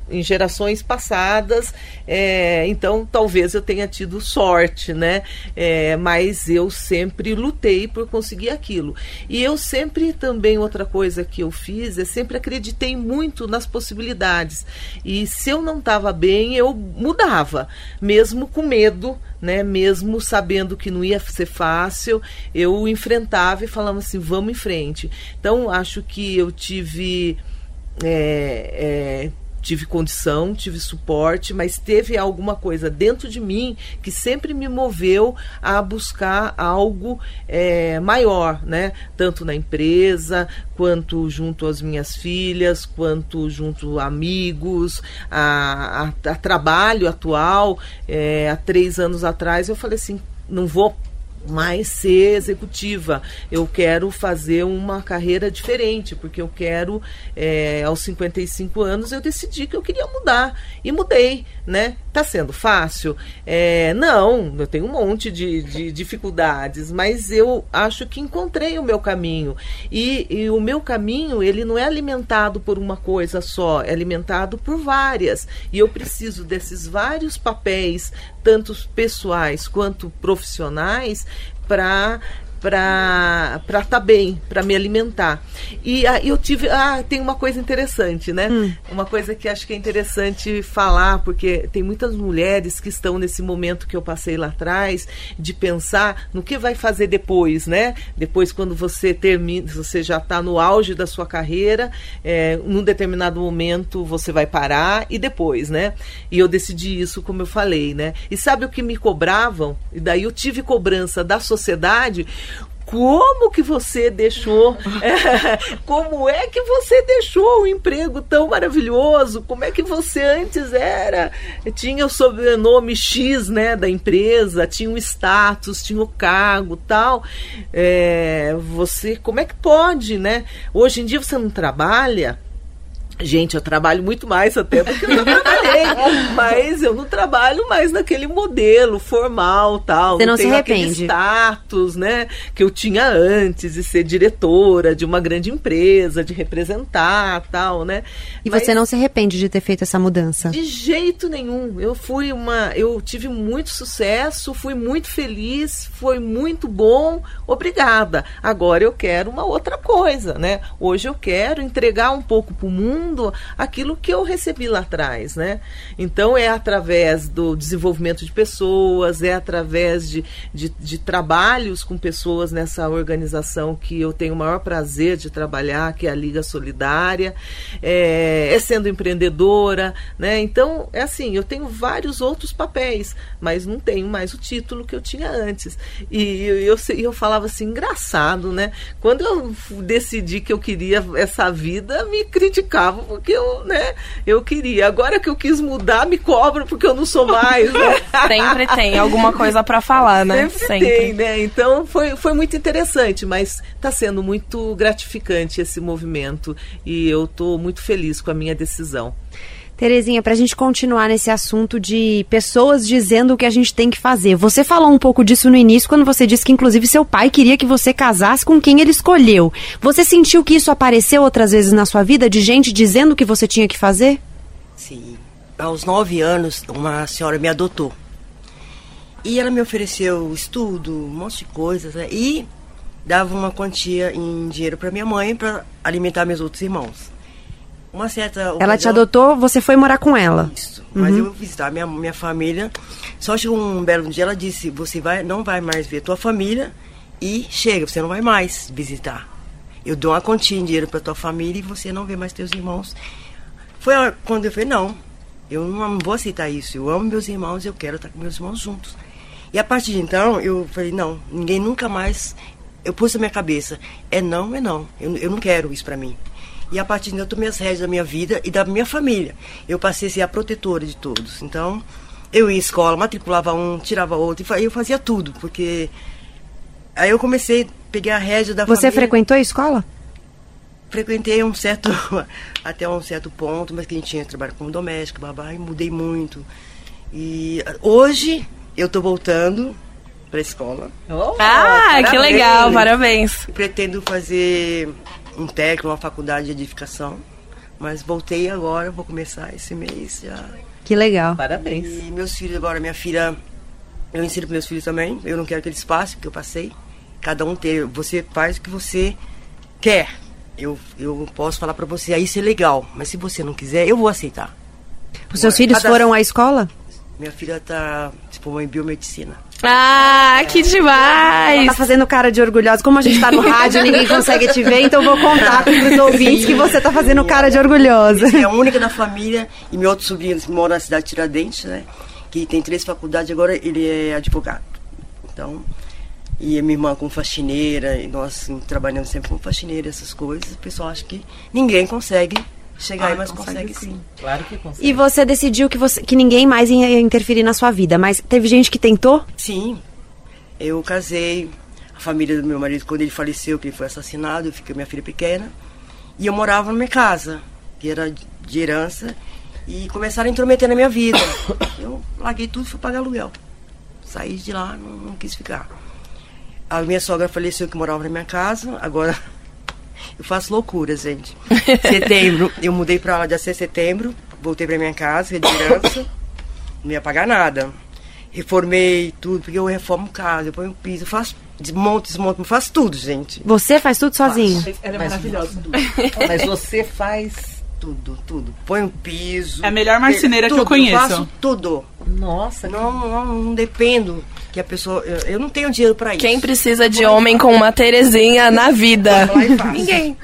em gerações passadas, então talvez eu tenha tido sorte, né? Mas eu sempre lutei por conseguir aquilo. E eu sempre também, outra coisa que eu fiz, sempre acreditei muito nas possibilidades. E se eu não estava bem, eu mudava, mesmo com medo, né? Mesmo sabendo que não ia ser fácil, eu enfrentava e falava assim, vamos em frente. Então, acho que eu tive condição, tive suporte, mas teve alguma coisa dentro de mim que sempre me moveu a buscar algo maior, né? Tanto na empresa, quanto junto às minhas filhas, quanto junto a amigos, a trabalho atual. Há 3 anos atrás eu falei assim, não vou mais ser executiva, eu quero fazer uma carreira diferente, porque eu quero, aos 55 anos, eu decidi que eu queria mudar, e mudei, né? Tá sendo fácil? Não, eu tenho um monte de dificuldades, mas eu acho que encontrei o meu caminho, e o meu caminho, ele não é alimentado por uma coisa só, é alimentado por várias, e eu preciso desses vários papéis, tanto pessoais quanto profissionais, para estar bem, para me alimentar. E eu tive... tem uma coisa interessante, né? Uma coisa que acho que é interessante falar, porque tem muitas mulheres que estão nesse momento que eu passei lá atrás, de pensar no que vai fazer depois, né? Depois, quando você termina, você já está no auge da sua carreira, num determinado momento você vai parar, e depois, né? E eu decidi isso, como eu falei, né? E sabe o que me cobravam? E daí eu tive cobrança da sociedade. Como que você deixou, como é que você deixou um emprego tão maravilhoso? Como é que você antes tinha o sobrenome X, né, da empresa, tinha o status, tinha o cargo, tal. Como é que pode, né? Hoje em dia você não trabalha. Gente, eu trabalho muito mais até do que eu trabalhei, mas eu não trabalho mais naquele modelo formal, tal. Você não se arrepende? Aquele status, né, que eu tinha antes de ser diretora de uma grande empresa, de representar, tal, né. E você não se arrepende de ter feito essa mudança? De jeito nenhum. Eu tive muito sucesso, fui muito feliz, foi muito bom, obrigada. Agora eu quero uma outra coisa, né. Hoje eu quero entregar um pouco para o mundo aquilo que eu recebi lá atrás, né? Então é através do desenvolvimento de pessoas, é através de trabalhos com pessoas nessa organização que eu tenho o maior prazer de trabalhar, que é a Liga Solidária, sendo empreendedora, né? Então, assim, eu tenho vários outros papéis, mas não tenho mais o título que eu tinha antes. E eu falava assim, engraçado, né? Quando eu decidi que eu queria essa vida, me criticavam porque eu queria. Agora que eu quis mudar, me cobram porque eu não sou mais, né? Sempre tem alguma coisa para falar, né? Sempre tem, né? Então foi muito interessante, mas está sendo muito gratificante esse movimento e eu estou muito feliz com a minha decisão. Terezinha, para a gente continuar nesse assunto de pessoas dizendo o que a gente tem que fazer. Você falou um pouco disso no início, quando você disse que, inclusive, seu pai queria que você casasse com quem ele escolheu. Você sentiu que isso apareceu outras vezes na sua vida, de gente dizendo o que você tinha que fazer? Sim. Aos 9 anos, uma senhora me adotou. E ela me ofereceu estudo, um monte de coisas, né? E dava uma quantia em dinheiro para minha mãe para alimentar meus outros irmãos. Uma certa ocasião, ela te adotou, você foi morar com ela. Isso, mas eu visitar minha família. Só chegou um belo dia, ela disse, você não vai mais ver tua família e chega, você não vai mais visitar. Eu dou uma quantia em dinheiro para tua família e você não vê mais teus irmãos. Foi quando eu falei, não, eu não vou aceitar isso. Eu amo meus irmãos e eu quero estar com meus irmãos juntos. E a partir de então, eu falei, não, ninguém nunca mais... Eu pus na minha cabeça, é não. Eu não quero isso para mim. E a partir de então eu tomei as rédeas da minha vida e da minha família. Eu passei a ser a protetora de todos. Então, eu ia à escola, matriculava um, tirava outro, e eu fazia tudo, porque... Aí eu comecei a pegar a rédea da família. Você frequentou a escola? Frequentei até um certo ponto, mas que a gente tinha trabalho como doméstica, babá, e mudei muito. E hoje eu estou voltando para a escola. Parabéns. Que legal, parabéns. Pretendo fazer um técnico, uma faculdade de edificação, Mas voltei agora, vou começar esse mês já. Que legal. Parabéns. E meus filhos agora, minha filha, eu ensino para meus filhos também. Eu não quero que eles passem, porque eu passei. Cada um você faz o que você quer. Eu posso falar para você, aí isso é legal. Mas se você não quiser, eu vou aceitar. Os seus filhos foram à escola? Minha filha se formou em biomedicina. Ah, que demais! Ela tá fazendo cara de orgulhosa. Como a gente tá no rádio, ninguém consegue te ver, então eu vou contar pros ouvintes que você tá fazendo cara de orgulhosa. É a única da família, e meu outro sobrinho mora na cidade de Tiradentes, né? Que tem 3 faculdades, agora ele é advogado. Então, e a minha irmã como faxineira, e nós trabalhando sempre como faxineira, essas coisas, o pessoal acha que ninguém consegue chegar aí, mas consegue sim. Claro que consegue. E você decidiu que ninguém mais ia interferir na sua vida, mas teve gente que tentou? Sim, eu casei, a família do meu marido, quando ele faleceu, que ele foi assassinado, eu fiquei com minha filha pequena, e eu morava na minha casa, que era de herança, e começaram a intrometer na minha vida. Eu larguei tudo e fui pagar aluguel. Saí de lá, não quis ficar. A minha sogra faleceu, que morava na minha casa, agora eu faço loucuras, gente. Setembro, eu mudei pra lá dia 6 de setembro, voltei pra minha casa, de herança, não ia pagar nada. Reformei tudo, porque eu reformo casa, eu ponho piso, eu faço, desmonto, eu faço tudo, gente. Você faz tudo sozinho? Ela é maravilhosa. Mas você faz... Tudo. Põe um piso. É a melhor marceneira que eu conheço. Eu faço tudo. Nossa, não dependo que a pessoa... Eu não tenho dinheiro pra isso. Quem precisa de homem com uma Terezinha na vida? Ninguém.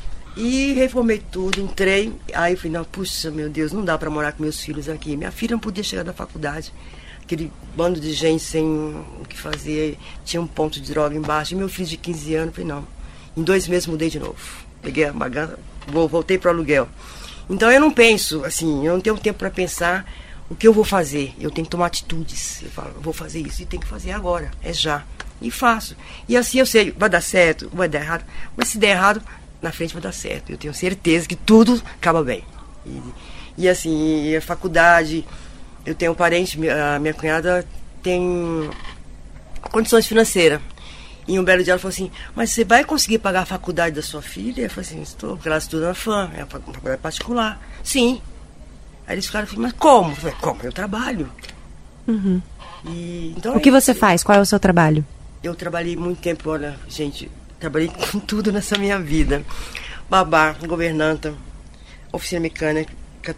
E reformei tudo, entrei. Aí eu falei, não, puxa, meu Deus, não dá pra morar com meus filhos aqui. Minha filha não podia chegar da faculdade. Aquele bando de gente sem o que fazer. Tinha um ponto de droga embaixo. E meu filho de 15 anos, eu falei, não. Em 2 meses mudei de novo. Peguei a bagagem, voltei pro aluguel. Então eu não penso, assim, eu não tenho tempo para pensar o que eu vou fazer. Eu tenho que tomar atitudes. Eu falo, eu vou fazer isso e tenho que fazer agora, é já. E faço. E assim eu sei, vai dar certo, vai dar errado. Mas se der errado, na frente vai dar certo. Eu tenho certeza que tudo acaba bem. E assim, a faculdade, eu tenho um parente, a minha cunhada tem condições financeiras. E um belo dia ela falou assim, mas você vai conseguir pagar a faculdade da sua filha? Eu falei assim, estou, porque ela estuda na FAM, é uma faculdade particular. Sim. Aí eles ficaram assim, mas como? Eu falei, como? Eu trabalho. Uhum. Então, o que você faz? Qual é o seu trabalho? Eu trabalhei muito tempo, olha, gente, trabalhei com tudo nessa minha vida. Babá, governanta, oficina mecânica,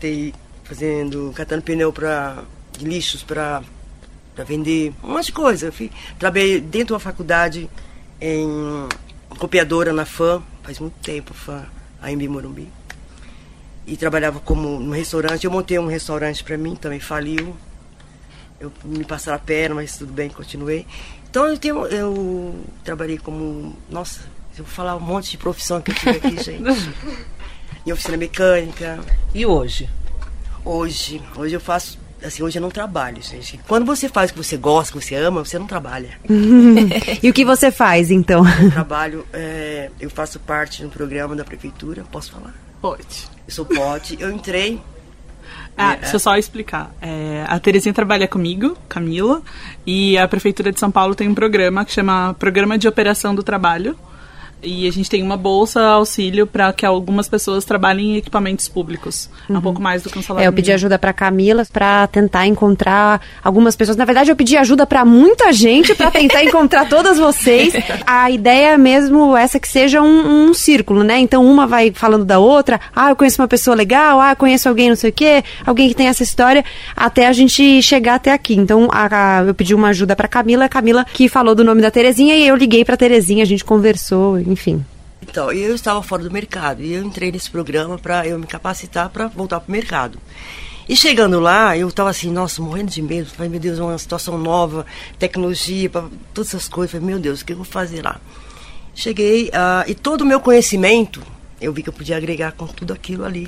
catando pneu de lixos para vender, um monte de coisa. Trabalhei dentro de uma faculdade em copiadora na FAM, faz muito tempo, FAM, AMB Morumbi. E trabalhava como no restaurante. Eu montei um restaurante para mim, também faliu. Eu me passaram a perna, mas tudo bem, continuei. Então eu trabalhei como... Nossa, eu vou falar um monte de profissão que eu tive aqui, gente. Em oficina mecânica. E hoje? Hoje eu faço... Assim, hoje eu não trabalho, gente. Quando você faz o que você gosta, que você ama, você não trabalha. E o que você faz, então? Eu trabalho, eu faço parte do programa da prefeitura. Posso falar? Pode. Eu sou pote. Eu entrei... Deixa eu só explicar. A Terezinha trabalha comigo, Camila, e a Prefeitura de São Paulo tem um programa que chama Programa de Operação do Trabalho. E a gente tem uma bolsa auxílio para que algumas pessoas trabalhem em equipamentos públicos. É um pouco mais do que um salário eu pedi mínimo. ajuda para Camila para tentar encontrar algumas pessoas. Na verdade, eu pedi ajuda para muita gente para tentar encontrar todas vocês. A ideia é mesmo essa que seja um círculo, né? Então, uma vai falando da outra. Eu conheço uma pessoa legal. Eu conheço alguém não sei o quê. Alguém que tem essa história. Até a gente chegar até aqui. Então, eu pedi uma ajuda para Camila. A Camila que falou do nome da Terezinha e eu liguei para Terezinha. A gente conversou. Enfim. Então, eu estava fora do mercado e eu entrei nesse programa para eu me capacitar para voltar para o mercado. E chegando lá, eu estava assim, nossa, morrendo de medo. Falei, meu Deus, uma situação nova, tecnologia, todas essas coisas. Falei, meu Deus, o que eu vou fazer lá? Cheguei e todo o meu conhecimento, eu vi que eu podia agregar com tudo aquilo ali.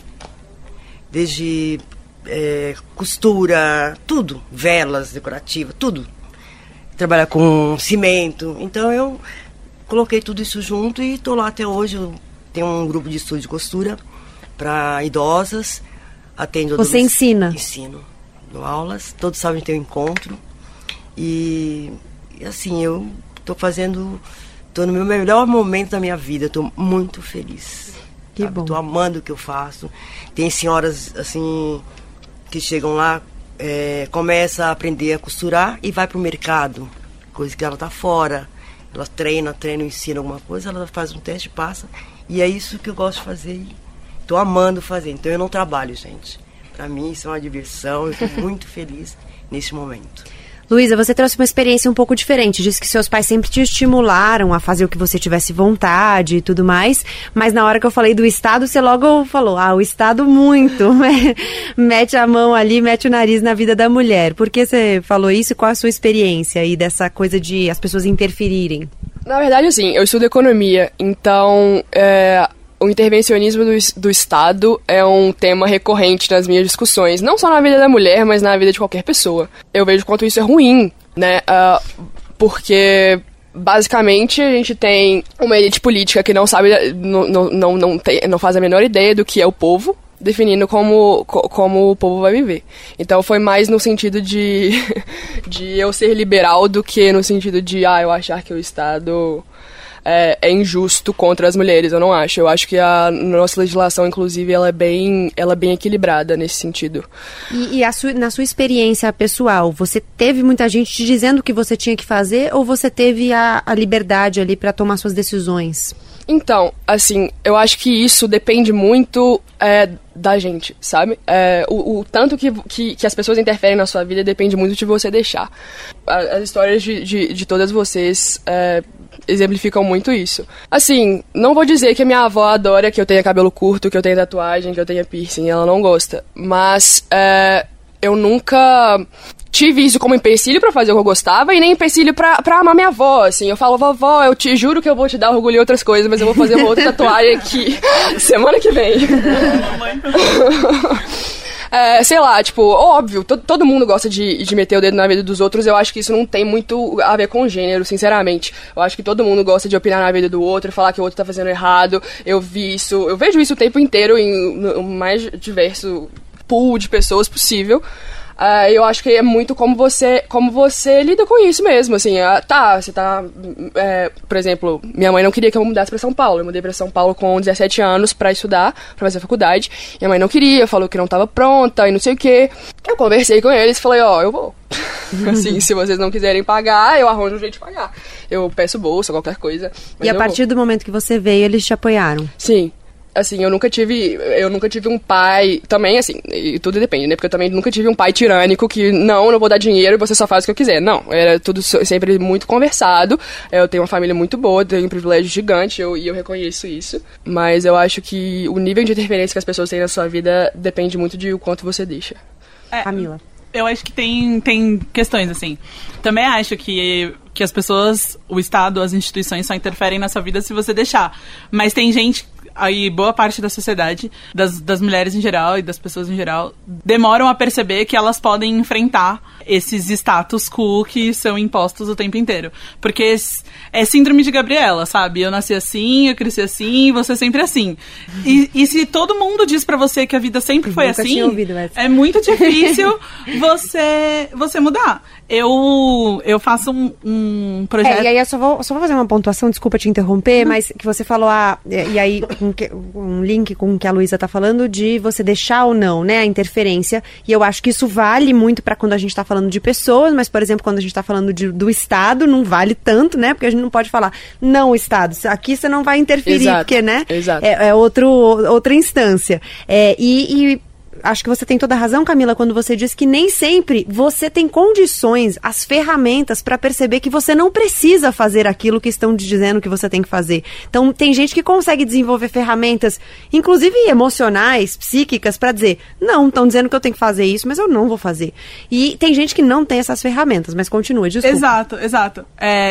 Desde costura, tudo, velas decorativas, tudo. Trabalhar com cimento. Então, eu... coloquei tudo isso junto e estou lá até hoje. Eu tenho um grupo de estudo de costura para idosas. Atendo Você ensina? Ensino. Dou aulas. Todo sábado tem um encontro. E assim, eu estou no meu melhor momento da minha vida. Estou muito feliz. Que bom. Tô amando o que eu faço. Tem senhoras, assim, que chegam lá, começa a aprender a costurar e vai pro mercado, coisa que ela tá fora. Ela treina, ensina alguma coisa, ela faz um teste, passa. E é isso que eu gosto de fazer. E tô amando fazer. Então eu não trabalho, gente. Pra mim isso é uma diversão, eu tô muito feliz nesse momento. Luísa, você trouxe uma experiência um pouco diferente. Disse que seus pais sempre te estimularam a fazer o que você tivesse vontade e tudo mais. Mas na hora que eu falei do Estado, você logo falou, o Estado muito. Mete a mão ali, mete o nariz na vida da mulher. Por que você falou isso? Qual a sua experiência aí dessa coisa de as pessoas interferirem? Na verdade, assim, eu estudo economia, então o intervencionismo do Estado é um tema recorrente nas minhas discussões, não só na vida da mulher, mas na vida de qualquer pessoa. Eu vejo quanto isso é ruim, né? Porque basicamente a gente tem uma elite política que não sabe, não faz a menor ideia do que é o povo, definindo como o povo vai viver. Então foi mais no sentido de eu ser liberal do que no sentido de eu achar que o Estado é injusto contra as mulheres. Eu não acho. Eu acho que a nossa legislação, inclusive, ela é bem equilibrada nesse sentido. E na sua experiência pessoal, você teve muita gente te dizendo o que você tinha que fazer ou você teve a liberdade ali para tomar suas decisões? Então, assim, eu acho que isso depende muito da gente, sabe? O tanto que as pessoas interferem na sua vida depende muito de você deixar. As histórias de todas vocês exemplificam muito isso. Assim, não vou dizer que a minha avó adora que eu tenha cabelo curto, que eu tenha tatuagem, que eu tenha piercing, ela não gosta. Mas eu nunca tive isso como empecilho pra fazer o que eu gostava e nem empecilho pra amar minha avó, assim. Eu falo, vovó, eu te juro que eu vou te dar orgulho em outras coisas, mas eu vou fazer uma outra tatuagem aqui semana que vem. Sei lá, tipo, óbvio, todo mundo gosta de meter o dedo na vida dos outros. Eu acho que isso não tem muito a ver com gênero, sinceramente. Eu acho que todo mundo gosta de opinar na vida do outro, falar que o outro tá fazendo errado. Eu vejo isso o tempo inteiro em o mais diverso pool de pessoas possível. Eu acho que é muito como você lida com isso mesmo, assim, por exemplo, minha mãe não queria que eu mudasse pra São Paulo. Eu mudei pra São Paulo com 17 anos pra estudar, pra fazer faculdade. Minha mãe não queria, falou que não tava pronta e não sei o quê. Eu conversei com eles e falei, eu vou. Assim, se vocês não quiserem pagar, eu arranjo um jeito de pagar. Eu peço bolsa, qualquer coisa. E a partir do momento que você veio, eles te apoiaram? Sim. Assim, eu nunca tive um pai, também assim, e tudo depende, né, porque eu também nunca tive um pai tirânico que, não vou dar dinheiro e você só faz o que eu quiser, não, era tudo sempre muito conversado. Eu tenho uma família muito boa, tenho um privilégio gigante, e eu reconheço isso, mas eu acho que o nível de interferência que as pessoas têm na sua vida depende muito de o quanto você deixa. Camila. Eu acho que tem questões, assim. Também acho que as pessoas, o Estado, as instituições só interferem na sua vida se você deixar. Mas tem gente, aí boa parte da sociedade, das mulheres em geral e das pessoas em geral, demoram a perceber que elas podem enfrentar esses status quo que são impostos o tempo inteiro. Porque é síndrome de Gabriela, sabe? Eu nasci assim, eu cresci assim, você sempre assim. E se todo mundo diz pra você que a vida sempre foi assim, é muito difícil você mudar. Eu faço um projeto... E aí eu só vou fazer uma pontuação, desculpa te interromper, mas que você falou, e aí um link com o que a Luísa tá falando de você deixar ou não, né, a interferência, e eu acho que isso vale muito pra quando a gente tá falando de pessoas, mas, por exemplo, quando a gente tá falando do Estado, não vale tanto, né, porque a gente não pode falar, não, Estado, aqui você não vai interferir, exato, porque, né, exato. É outra instância. E acho que você tem toda a razão, Camila, quando você diz que nem sempre você tem condições, as ferramentas para perceber que você não precisa fazer aquilo que estão te dizendo que você tem que fazer. Então, tem gente que consegue desenvolver ferramentas, inclusive emocionais, psíquicas, para dizer, não, estão dizendo que eu tenho que fazer isso, mas eu não vou fazer. E tem gente que não tem essas ferramentas, mas continua, desculpa. Exato.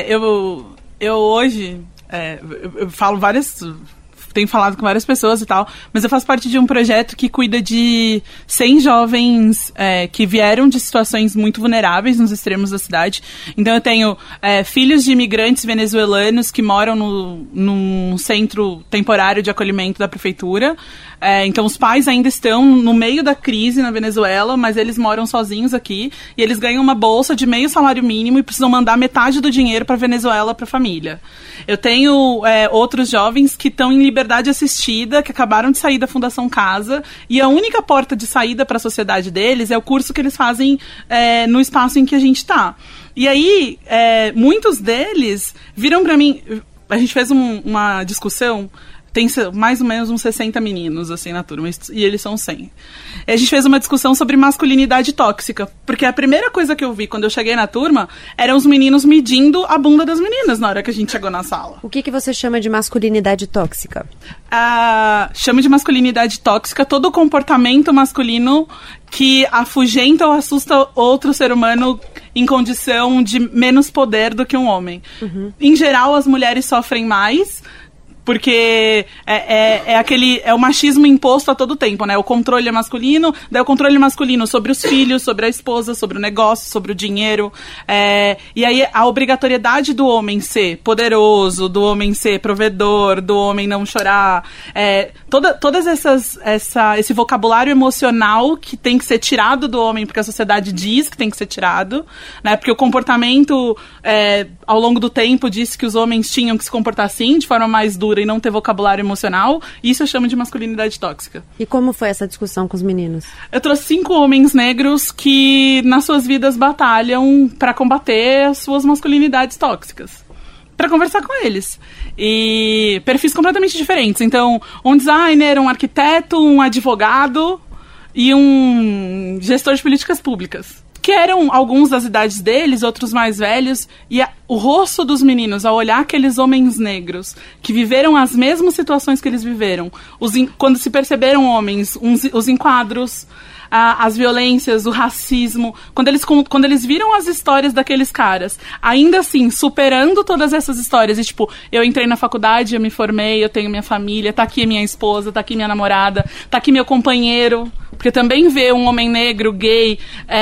Eu hoje, eu falo tenho falado com várias pessoas e tal, mas eu faço parte de um projeto que cuida de 100 jovens que vieram de situações muito vulneráveis nos extremos da cidade. Então eu tenho filhos de imigrantes venezuelanos que moram num centro temporário de acolhimento da prefeitura. Então os pais ainda estão no meio da crise na Venezuela, mas eles moram sozinhos aqui e eles ganham uma bolsa de meio salário mínimo e precisam mandar metade do dinheiro para Venezuela para a família. Eu tenho outros jovens que estão em liberdade liberdade assistida, que acabaram de sair da Fundação Casa, e a única porta de saída para a sociedade deles é o curso que eles fazem no espaço em que a gente tá. E aí, muitos deles viram para mim... A gente fez uma discussão... Tem mais ou menos uns 60 meninos, assim, na turma, e eles são 100. E a gente fez uma discussão sobre masculinidade tóxica, porque a primeira coisa que eu vi quando eu cheguei na turma eram os meninos medindo a bunda das meninas na hora que a gente chegou na sala. O que você chama de masculinidade tóxica? Chamo de masculinidade tóxica todo comportamento masculino que afugenta ou assusta outro ser humano em condição de menos poder do que um homem. Uhum. Em geral, as mulheres sofrem mais... Porque é o machismo imposto a todo tempo, né? O controle é masculino, daí o controle masculino sobre os filhos, sobre a esposa, sobre o negócio, sobre o dinheiro. E aí a obrigatoriedade do homem ser poderoso, do homem ser provedor, do homem não chorar. Todas esse vocabulário emocional que tem que ser tirado do homem, porque a sociedade diz que tem que ser tirado, né? Porque o comportamento, ao longo do tempo, disse que os homens tinham que se comportar assim, de forma mais dura, e não ter vocabulário emocional, isso eu chamo de masculinidade tóxica. E como foi essa discussão com os meninos? Eu trouxe 5 homens negros que nas suas vidas batalham para combater as suas masculinidades tóxicas, para conversar com eles. E perfis completamente diferentes. Então, um designer, um arquiteto, um advogado e um gestor de políticas públicas. Que eram alguns das idades deles, outros mais velhos, e o rosto dos meninos, ao olhar aqueles homens negros que viveram as mesmas situações que eles viveram, quando se perceberam homens, os enquadros, as violências, o racismo, quando eles viram as histórias daqueles caras, ainda assim, superando todas essas histórias, e tipo, eu entrei na faculdade, eu me formei, eu tenho minha família, tá aqui minha esposa, tá aqui minha namorada, tá aqui meu companheiro... Porque também ver um homem negro, gay,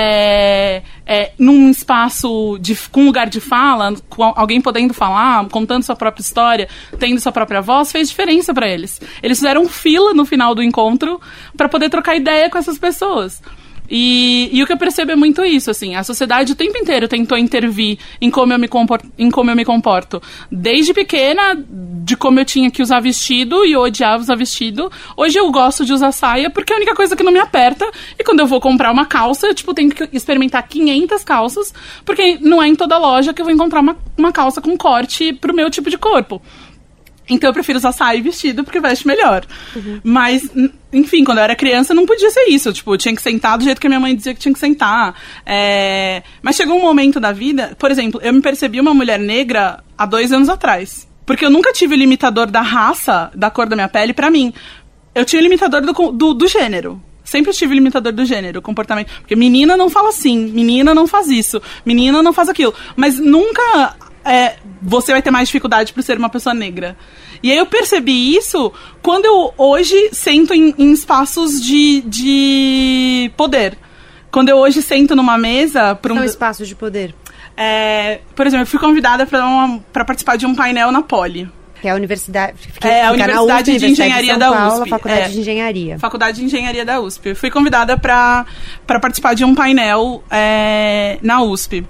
num espaço com lugar de fala, com alguém podendo falar, contando sua própria história, tendo sua própria voz, fez diferença para eles. Eles fizeram fila no final do encontro para poder trocar ideia com essas pessoas. E o que eu percebo é muito isso, assim, a sociedade o tempo inteiro tentou intervir em como eu me comporto. Desde pequena, de como eu tinha que usar vestido e eu odiava usar vestido. Hoje eu gosto de usar saia porque é a única coisa que não me aperta. E quando eu vou comprar uma calça, eu, tenho que experimentar 500 calças, porque não é em toda loja que eu vou encontrar uma calça com corte pro meu tipo de corpo. Então eu prefiro usar saia e vestido porque veste melhor. Uhum. Mas, enfim, quando eu era criança não podia ser isso. Eu tinha que sentar do jeito que a minha mãe dizia que tinha que sentar. Mas chegou um momento da vida... Por exemplo, eu me percebi uma mulher negra há 2 anos atrás. Porque eu nunca tive o limitador da raça, da cor da minha pele, pra mim. Eu tinha o limitador do gênero. Sempre tive o limitador do gênero, comportamento. Porque menina não fala assim, menina não faz isso, menina não faz aquilo. Mas nunca... você vai ter mais dificuldade por ser uma pessoa negra. E aí eu percebi isso quando eu hoje sento em espaços de poder. Quando eu hoje sento numa mesa... São espaços de poder? Por exemplo, eu fui convidada para participar de um painel na Poli. Que é a universidade... a Universidade de Engenharia da USP. A Faculdade de Engenharia. Faculdade de Engenharia da USP. Eu fui convidada para participar de um painel na USP.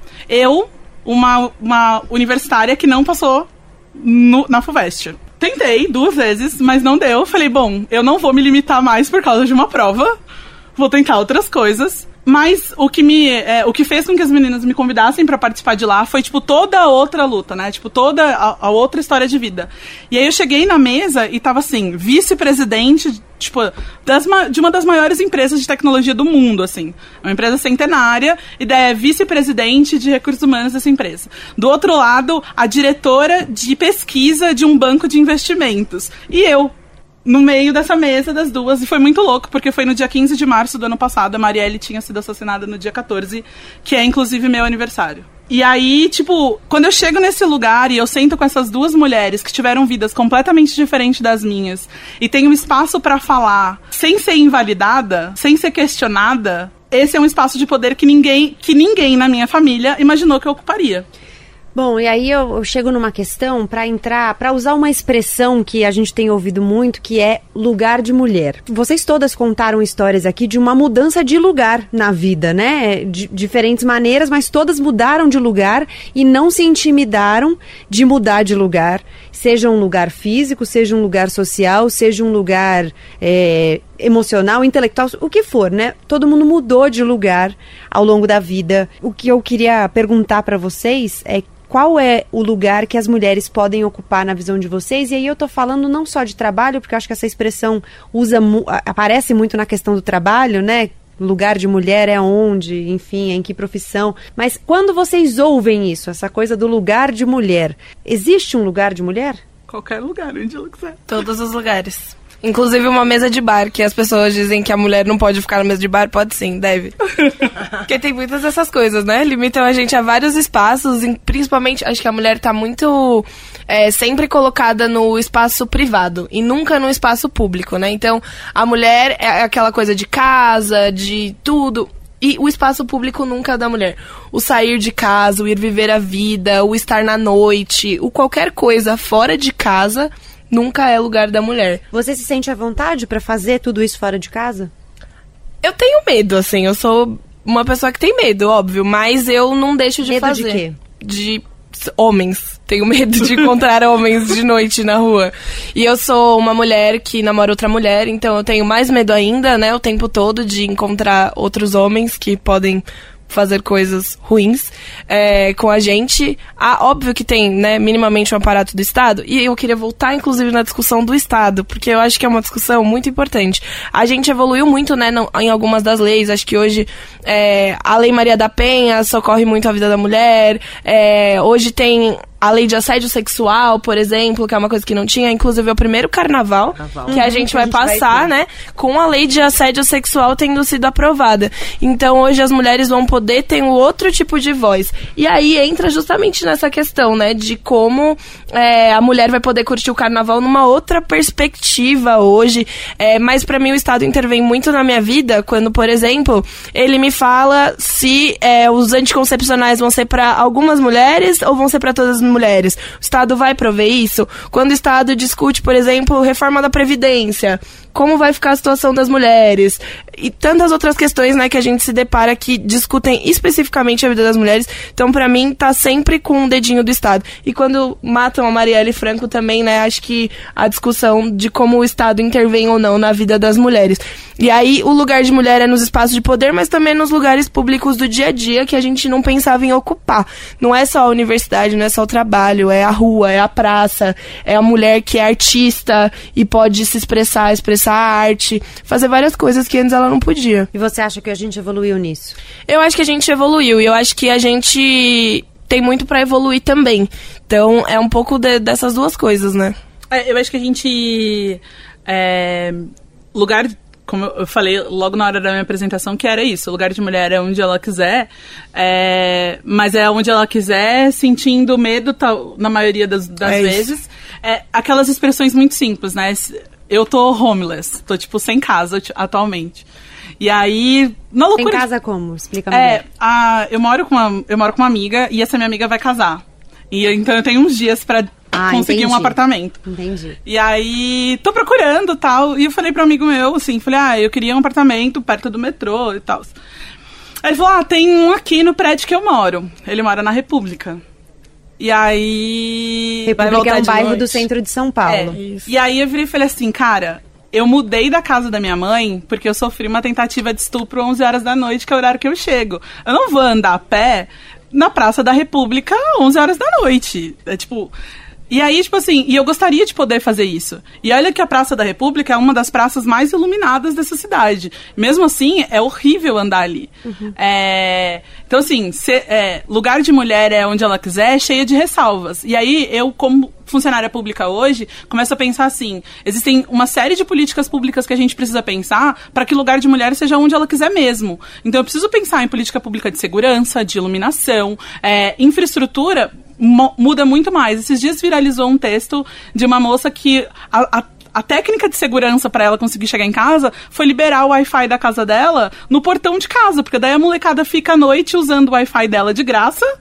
Uma universitária que não passou na FUVEST. Tentei 2 vezes, mas não deu. Falei, bom, eu não vou me limitar mais por causa de uma prova. Vou tentar outras coisas. Mas o que fez com que as meninas me convidassem pra participar de lá foi, toda a outra luta, né? Toda a outra história de vida. E aí eu cheguei na mesa e tava assim, vice-presidente, de uma das maiores empresas de tecnologia do mundo, assim. Uma empresa centenária, e daí é vice-presidente de recursos humanos dessa empresa. Do outro lado, a diretora de pesquisa de um banco de investimentos. E eu, no meio dessa mesa das duas, e foi muito louco, porque foi no dia 15 de março do ano passado, a Marielle tinha sido assassinada no dia 14, que é inclusive meu aniversário. E aí, quando eu chego nesse lugar e eu sento com essas 2 mulheres que tiveram vidas completamente diferentes das minhas, e tenho um espaço pra falar sem ser invalidada, sem ser questionada, esse é um espaço de poder que ninguém na minha família imaginou que eu ocuparia. Bom, e aí eu chego numa questão para usar uma expressão que a gente tem ouvido muito, que é lugar de mulher. Vocês todas contaram histórias aqui de uma mudança de lugar na vida, né? De diferentes maneiras, mas todas mudaram de lugar e não se intimidaram de mudar de lugar. Seja um lugar físico, seja um lugar social, seja um lugar emocional, intelectual, o que for, né? Todo mundo mudou de lugar ao longo da vida. O que eu queria perguntar para vocês é qual é o lugar que as mulheres podem ocupar na visão de vocês? E aí eu tô falando não só de trabalho, porque eu acho que essa expressão aparece muito na questão do trabalho, né? Lugar de mulher é onde, enfim, em que profissão. Mas quando vocês ouvem isso, essa coisa do lugar de mulher, existe um lugar de mulher? Qualquer lugar, onde ela quiser. Todos os lugares. Inclusive uma mesa de bar, que as pessoas dizem que a mulher não pode ficar na mesa de bar, pode sim, deve. Porque tem muitas dessas coisas, né? Limitam a gente a vários espaços, principalmente, acho que a mulher tá muito sempre colocada no espaço privado e nunca no espaço público, né? Então, a mulher é aquela coisa de casa, de tudo. E o espaço público nunca é da mulher. O sair de casa, o ir viver a vida, o estar na noite, o qualquer coisa fora de casa nunca é lugar da mulher. Você se sente à vontade pra fazer tudo isso fora de casa? Eu tenho medo, assim. Eu sou uma pessoa que tem medo, óbvio. Mas eu não deixo de fazer. Medo de quê? De homens. Tenho medo de encontrar homens de noite na rua. E eu sou uma mulher que namora outra mulher, então eu tenho mais medo ainda, né, o tempo todo de encontrar outros homens que podem fazer coisas ruins com a gente. Óbvio que tem, né, minimamente um aparato do Estado, e eu queria voltar, inclusive, na discussão do Estado, porque eu acho que é uma discussão muito importante. A gente evoluiu muito, né, em algumas das leis. Acho que hoje a Lei Maria da Penha socorre muito a vida da mulher. Hoje tem a lei de assédio sexual, por exemplo, que é uma coisa que não tinha. Inclusive, é o primeiro carnaval que a gente vai passar, né? Com a lei de assédio sexual tendo sido aprovada. Então, hoje as mulheres vão poder ter um outro tipo de voz. E aí entra justamente nessa questão, né? De como a mulher vai poder curtir o carnaval numa outra perspectiva hoje. Mas, pra mim, o Estado intervém muito na minha vida quando, por exemplo, ele me fala se os anticoncepcionais vão ser pra algumas mulheres ou vão ser pra todas as mulheres. O Estado vai prover isso? Quando o Estado discute, por exemplo, reforma da Previdência, como vai ficar a situação das mulheres? E tantas outras questões, né, que a gente se depara que discutem especificamente a vida das mulheres. Então, pra mim, tá sempre com um dedinho do Estado. E quando matam a Marielle Franco também, né, acho que a discussão de como o Estado intervém ou não na vida das mulheres. E aí, o lugar de mulher é nos espaços de poder, mas também nos lugares públicos do dia a dia que a gente não pensava em ocupar. Não é só a universidade, não é só o trabalho, é a rua, é a praça, é a mulher que é artista e pode se expressar a arte, fazer várias coisas que antes ela não podia. E você acha que a gente evoluiu nisso? Eu acho que a gente evoluiu e eu acho que a gente tem muito pra evoluir também. Então, é um pouco dessas duas coisas, né? Eu acho que a gente... lugar... Como eu falei logo na hora da minha apresentação, que era isso. O lugar de mulher é onde ela quiser, mas é onde ela quiser, sentindo medo, na maioria das vezes. Aquelas expressões muito simples, né? Eu tô homeless, tô, tipo, sem casa atualmente. E aí, na loucura... Sem casa como? Explica melhor. Eu moro com uma amiga e essa minha amiga vai casar. E então eu tenho uns dias pra conseguir um apartamento. Entendi. E aí, tô procurando e tal. E eu falei pra um amigo meu, assim, falei, eu queria um apartamento perto do metrô e tal. Aí ele falou, tem um aqui no prédio que eu moro. Ele mora na República. E aí... República é um bairro do centro de São Paulo. E aí eu virei e falei assim, cara, eu mudei da casa da minha mãe porque eu sofri uma tentativa de estupro 11 horas da noite, que é o horário que eu chego. Eu não vou andar a pé na Praça da República 11 horas da noite. E aí, tipo assim, e eu gostaria de poder fazer isso. E olha que a Praça da República é uma das praças mais iluminadas dessa cidade. Mesmo assim, é horrível andar ali. Uhum. Então, assim, lugar de mulher é onde ela quiser, cheia de ressalvas. E aí, eu, como funcionária pública hoje, começo a pensar assim, existem uma série de políticas públicas que a gente precisa pensar para que lugar de mulher seja onde ela quiser mesmo. Então, eu preciso pensar em política pública de segurança, de iluminação, infraestrutura... muda muito mais. Esses dias viralizou um texto de uma moça que a técnica de segurança para ela conseguir chegar em casa foi liberar o Wi-Fi da casa dela no portão de casa, porque daí a molecada fica à noite usando o Wi-Fi dela de graça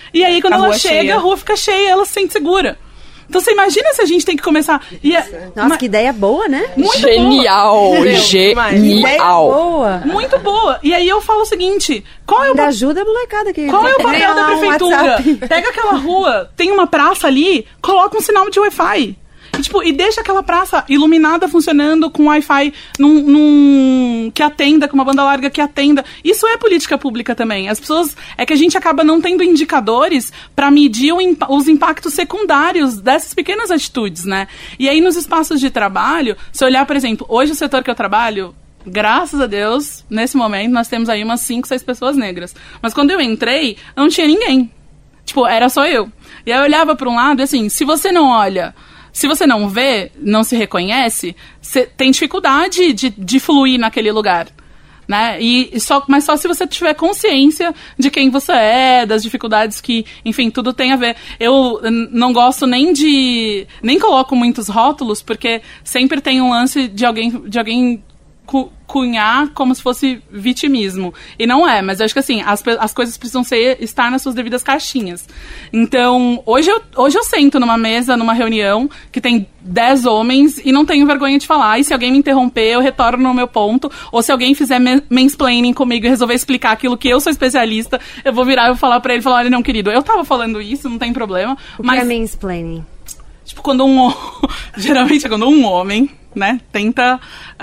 E aí, quando ela chega, a rua fica cheia, ela se sente segura. Então, você imagina se a gente tem que começar... Nossa, que ideia boa, né? Muito genial, boa. genial. Boa. Muito boa. E aí eu falo o seguinte, qual é o ajuda a molecada aqui. Qual é o papel da prefeitura? Pega aquela rua, tem uma praça ali, coloca um sinal de Wi-Fi. E deixa aquela praça iluminada, funcionando, com Wi-Fi que atenda, com uma banda larga que atenda. Isso é política pública também. As pessoas... É que a gente acaba não tendo indicadores para medir os impactos secundários dessas pequenas atitudes, né? E aí, nos espaços de trabalho, se olhar, por exemplo, hoje o setor que eu trabalho... Graças a Deus, nesse momento, nós temos aí umas 5, 6 pessoas negras. Mas quando eu entrei, não tinha ninguém. Era só eu. E aí eu olhava para um lado e assim, se você não olha... Se você não vê, não se reconhece, você tem dificuldade de fluir naquele lugar, né? Mas só se você tiver consciência de quem você é, das dificuldades que, enfim, tudo tem a ver. Eu não gosto nem coloco muitos rótulos, porque sempre tem um lance de alguém cunhar como se fosse vitimismo. E não é, mas eu acho que assim, as coisas precisam estar nas suas devidas caixinhas. Então, hoje eu sento numa mesa, numa reunião, que tem 10 homens e não tenho vergonha de falar. E se alguém me interromper, eu retorno no meu ponto. Ou se alguém fizer mansplaining comigo e resolver explicar aquilo que eu sou especialista, eu vou virar e vou falar pra ele, olha, não, querido, eu tava falando isso, não tem problema. O que é mansplaining? Quando geralmente é quando um homem, né, tenta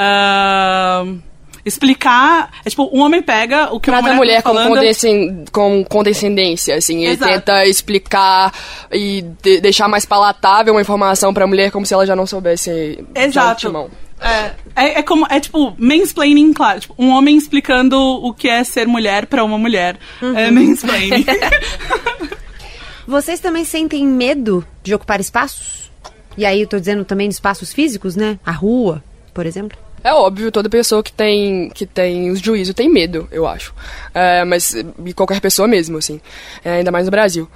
explicar... um homem pega o que uma mulher tá falando... com condescendência, assim. Ele Exato. tenta explicar e deixar mais palatável uma informação pra mulher como se ela já não soubesse. Exato. De antemão. Mansplaining, claro. Um homem explicando o que é ser mulher pra uma mulher. É mansplaining. Vocês também sentem medo de ocupar espaços? E aí eu tô dizendo também de espaços físicos, né? A rua, por exemplo. É óbvio, toda pessoa que tem os juízos tem medo, eu acho. Mas qualquer pessoa mesmo, assim. Ainda mais no Brasil.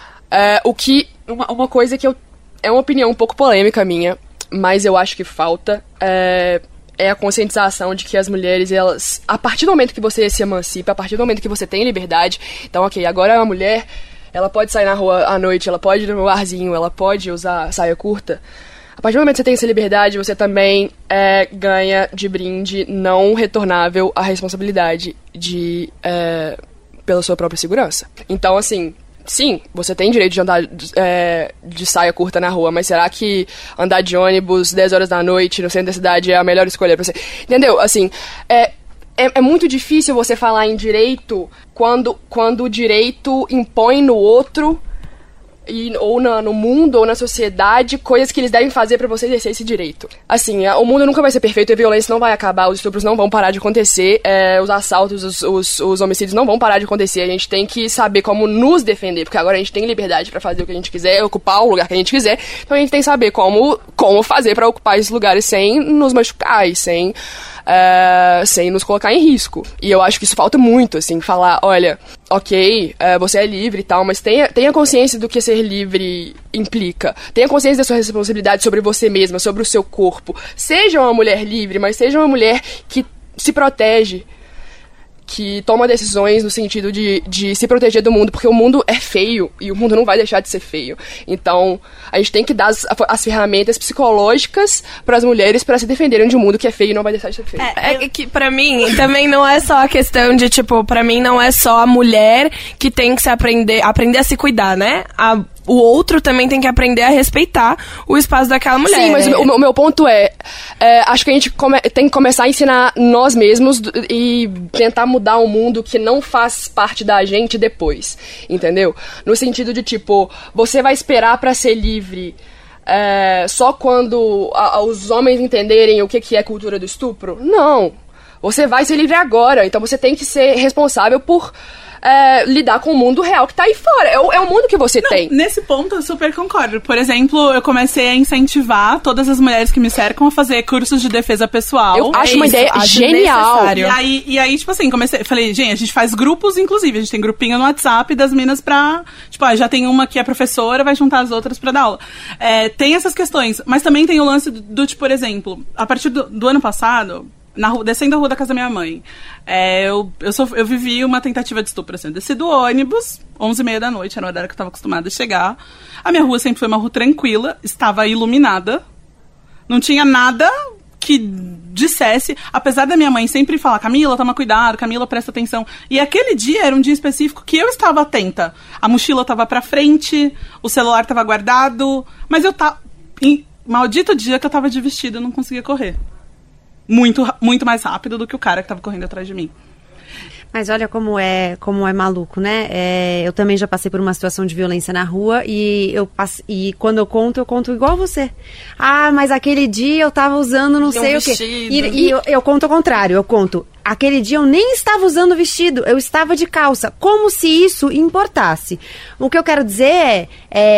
Uma coisa que é uma opinião um pouco polêmica minha, mas eu acho que falta, é a conscientização de que as mulheres, elas... A partir do momento que você se emancipa, a partir do momento que você tem liberdade... Então, ok, agora é uma mulher... Ela pode sair na rua à noite, ela pode ir no barzinho, ela pode usar saia curta. A partir do momento que você tem essa liberdade, você também ganha de brinde não retornável a responsabilidade pela sua própria segurança. Então, assim, sim, você tem direito de andar de saia curta na rua, mas será que andar de ônibus 10 horas da noite no centro da cidade é a melhor escolha pra você? Entendeu? Assim, é muito difícil você falar em direito quando o direito impõe no outro, ou no mundo, ou na sociedade, coisas que eles devem fazer pra você exercer esse direito. Assim, o mundo nunca vai ser perfeito, a violência não vai acabar, os estupros não vão parar de acontecer, os assaltos, os homicídios não vão parar de acontecer. A gente tem que saber como nos defender, porque agora a gente tem liberdade pra fazer o que a gente quiser, ocupar o lugar que a gente quiser, então a gente tem que saber como fazer pra ocupar esses lugares sem nos machucar e sem nos colocar em risco. E eu acho que isso falta muito, assim, falar, olha, ok, você é livre e tal, mas tenha consciência do que ser livre implica. Tenha consciência da sua responsabilidade sobre você mesma, sobre o seu corpo. Seja uma mulher livre, mas seja uma mulher que se protege, que toma decisões no sentido de se proteger do mundo, porque o mundo é feio e o mundo não vai deixar de ser feio. Então, a gente tem que dar as ferramentas psicológicas para as mulheres para se defenderem de um mundo que é feio e não vai deixar de ser feio. É que pra mim também não é só a questão de, pra mim não é só a mulher que tem que se aprender a se cuidar, né? O outro também tem que aprender a respeitar o espaço daquela mulher. Sim, mas o meu ponto acho que a gente tem que começar a ensinar nós mesmos e tentar mudar um mundo que não faz parte da gente depois, entendeu? No sentido de, você vai esperar pra ser livre só quando os homens entenderem o que é cultura do estupro? Não. Você vai ser livre agora, então você tem que ser responsável por... lidar com o mundo real que tá aí fora. É o mundo que você tem. Nesse ponto eu super concordo. Por exemplo, eu comecei a incentivar todas as mulheres que me cercam a fazer cursos de defesa pessoal. Eu acho uma ideia genial. E aí, assim, falei, gente, a gente faz grupos, inclusive, a gente tem grupinho no WhatsApp das minas pra, já tem uma que é professora, vai juntar as outras pra dar aula. Tem essas questões, mas também tem o lance do por exemplo, a partir do ano passado, descendo a rua da casa da minha mãe. Eu vivi uma tentativa de estupro, assim. Eu desci do ônibus, 11h30 da noite, era o horário que eu estava acostumada a chegar. A minha rua sempre foi uma rua tranquila, estava iluminada. Não tinha nada que dissesse, apesar da minha mãe sempre falar, Camila, toma cuidado, Camila, presta atenção. E aquele dia era um dia específico que eu estava atenta. A mochila estava pra frente, o celular estava guardado, mas eu tava... Maldito dia que eu estava de vestido, eu não conseguia correr. Muito, muito mais rápido do que o cara que estava correndo atrás de mim. Mas olha como é maluco, né? Eu também já passei por uma situação de violência na rua e quando eu conto igual você. Ah, mas aquele dia eu tava usando não sei o quê. E eu conto ao contrário, eu conto. Aquele dia eu nem estava usando vestido, eu estava de calça, como se isso importasse. O que eu quero dizer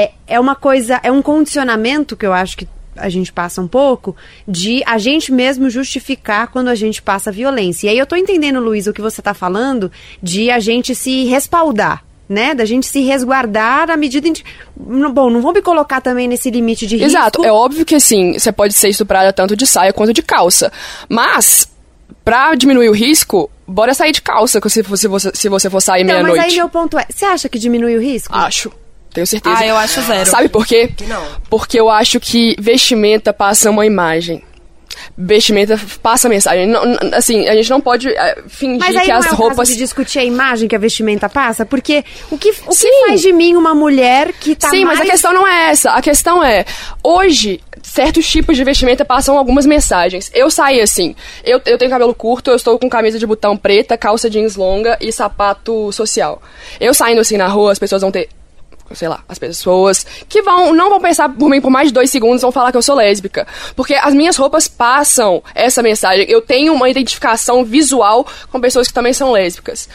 é uma coisa, é um condicionamento que eu acho que a gente passa um pouco, de a gente mesmo justificar quando a gente passa violência. E aí eu tô entendendo, Luiz, o que você tá falando, de a gente se respaldar, né? Da gente se resguardar à medida em... Bom, não vou me colocar também nesse limite de risco. Exato, é óbvio que assim, você pode ser estuprada tanto de saia quanto de calça. Mas, pra diminuir o risco, bora sair de calça se você for sair meia-noite. Mas aí meu ponto você acha que diminui o risco? Acho. Tenho certeza. Eu acho zero. Sabe por quê? Porque eu acho que vestimenta passa uma imagem. Vestimenta passa mensagem. Não, assim, a gente não pode fingir mas aí que não as é o roupas... caso de discutir a imagem que a vestimenta passa? Porque o que faz de mim uma mulher que tá Sim, mas a questão não é essa. A questão é, hoje, certos tipos de vestimenta passam algumas mensagens. Eu saí assim, eu tenho cabelo curto, eu estou com camisa de botão preta, calça jeans longa e sapato social. Eu saindo assim na rua, as pessoas vão ter... sei lá, as pessoas que não vão pensar por mim por mais de 2 segundos, vão falar que eu sou lésbica. Porque as minhas roupas passam essa mensagem. Eu tenho uma identificação visual com pessoas que também são lésbicas.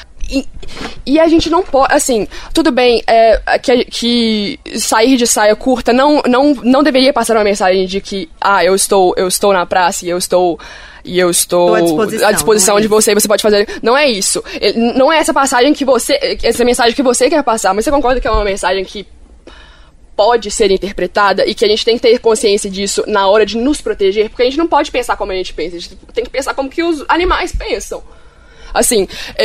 E a gente não pode, assim, tudo bem, que sair de saia curta não deveria passar uma mensagem de que, eu estou na praça e eu estou à disposição de você, você pode fazer. Não é isso. Não é essa passagem essa mensagem que você quer passar, mas você concorda que é uma mensagem que pode ser interpretada e que a gente tem que ter consciência disso na hora de nos proteger, porque a gente não pode pensar como a gente pensa, a gente tem que pensar como que os animais pensam. Assim,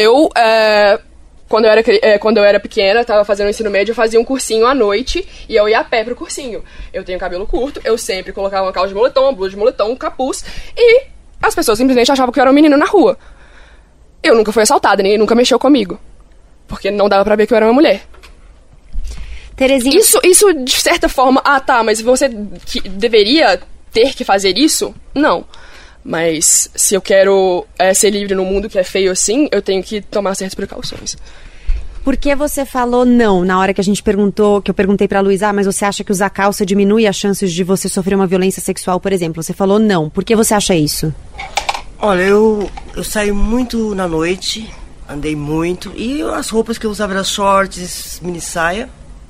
quando eu era pequena, tava fazendo o ensino médio, eu fazia um cursinho à noite e eu ia a pé pro cursinho. Eu tenho cabelo curto, eu sempre colocava uma calça de moletom, uma blusa de moletom, um capuz e as pessoas simplesmente achavam que eu era um menino na rua. Eu nunca fui assaltada, ninguém nunca mexeu comigo. Porque não dava pra ver que eu era uma mulher. Terezinha... Isso de certa forma... mas você deveria ter que fazer isso? Não. Mas se eu quero ser livre num mundo que é feio assim, eu tenho que tomar certas precauções. Por que você falou não na hora que a gente perguntou, que eu perguntei pra Luiz, mas você acha que usar calça diminui as chances de você sofrer uma violência sexual, por exemplo? Você falou não. Por que você acha isso? Olha, eu saio muito na noite, andei muito, e as roupas que eu usava eram shorts, mini saia,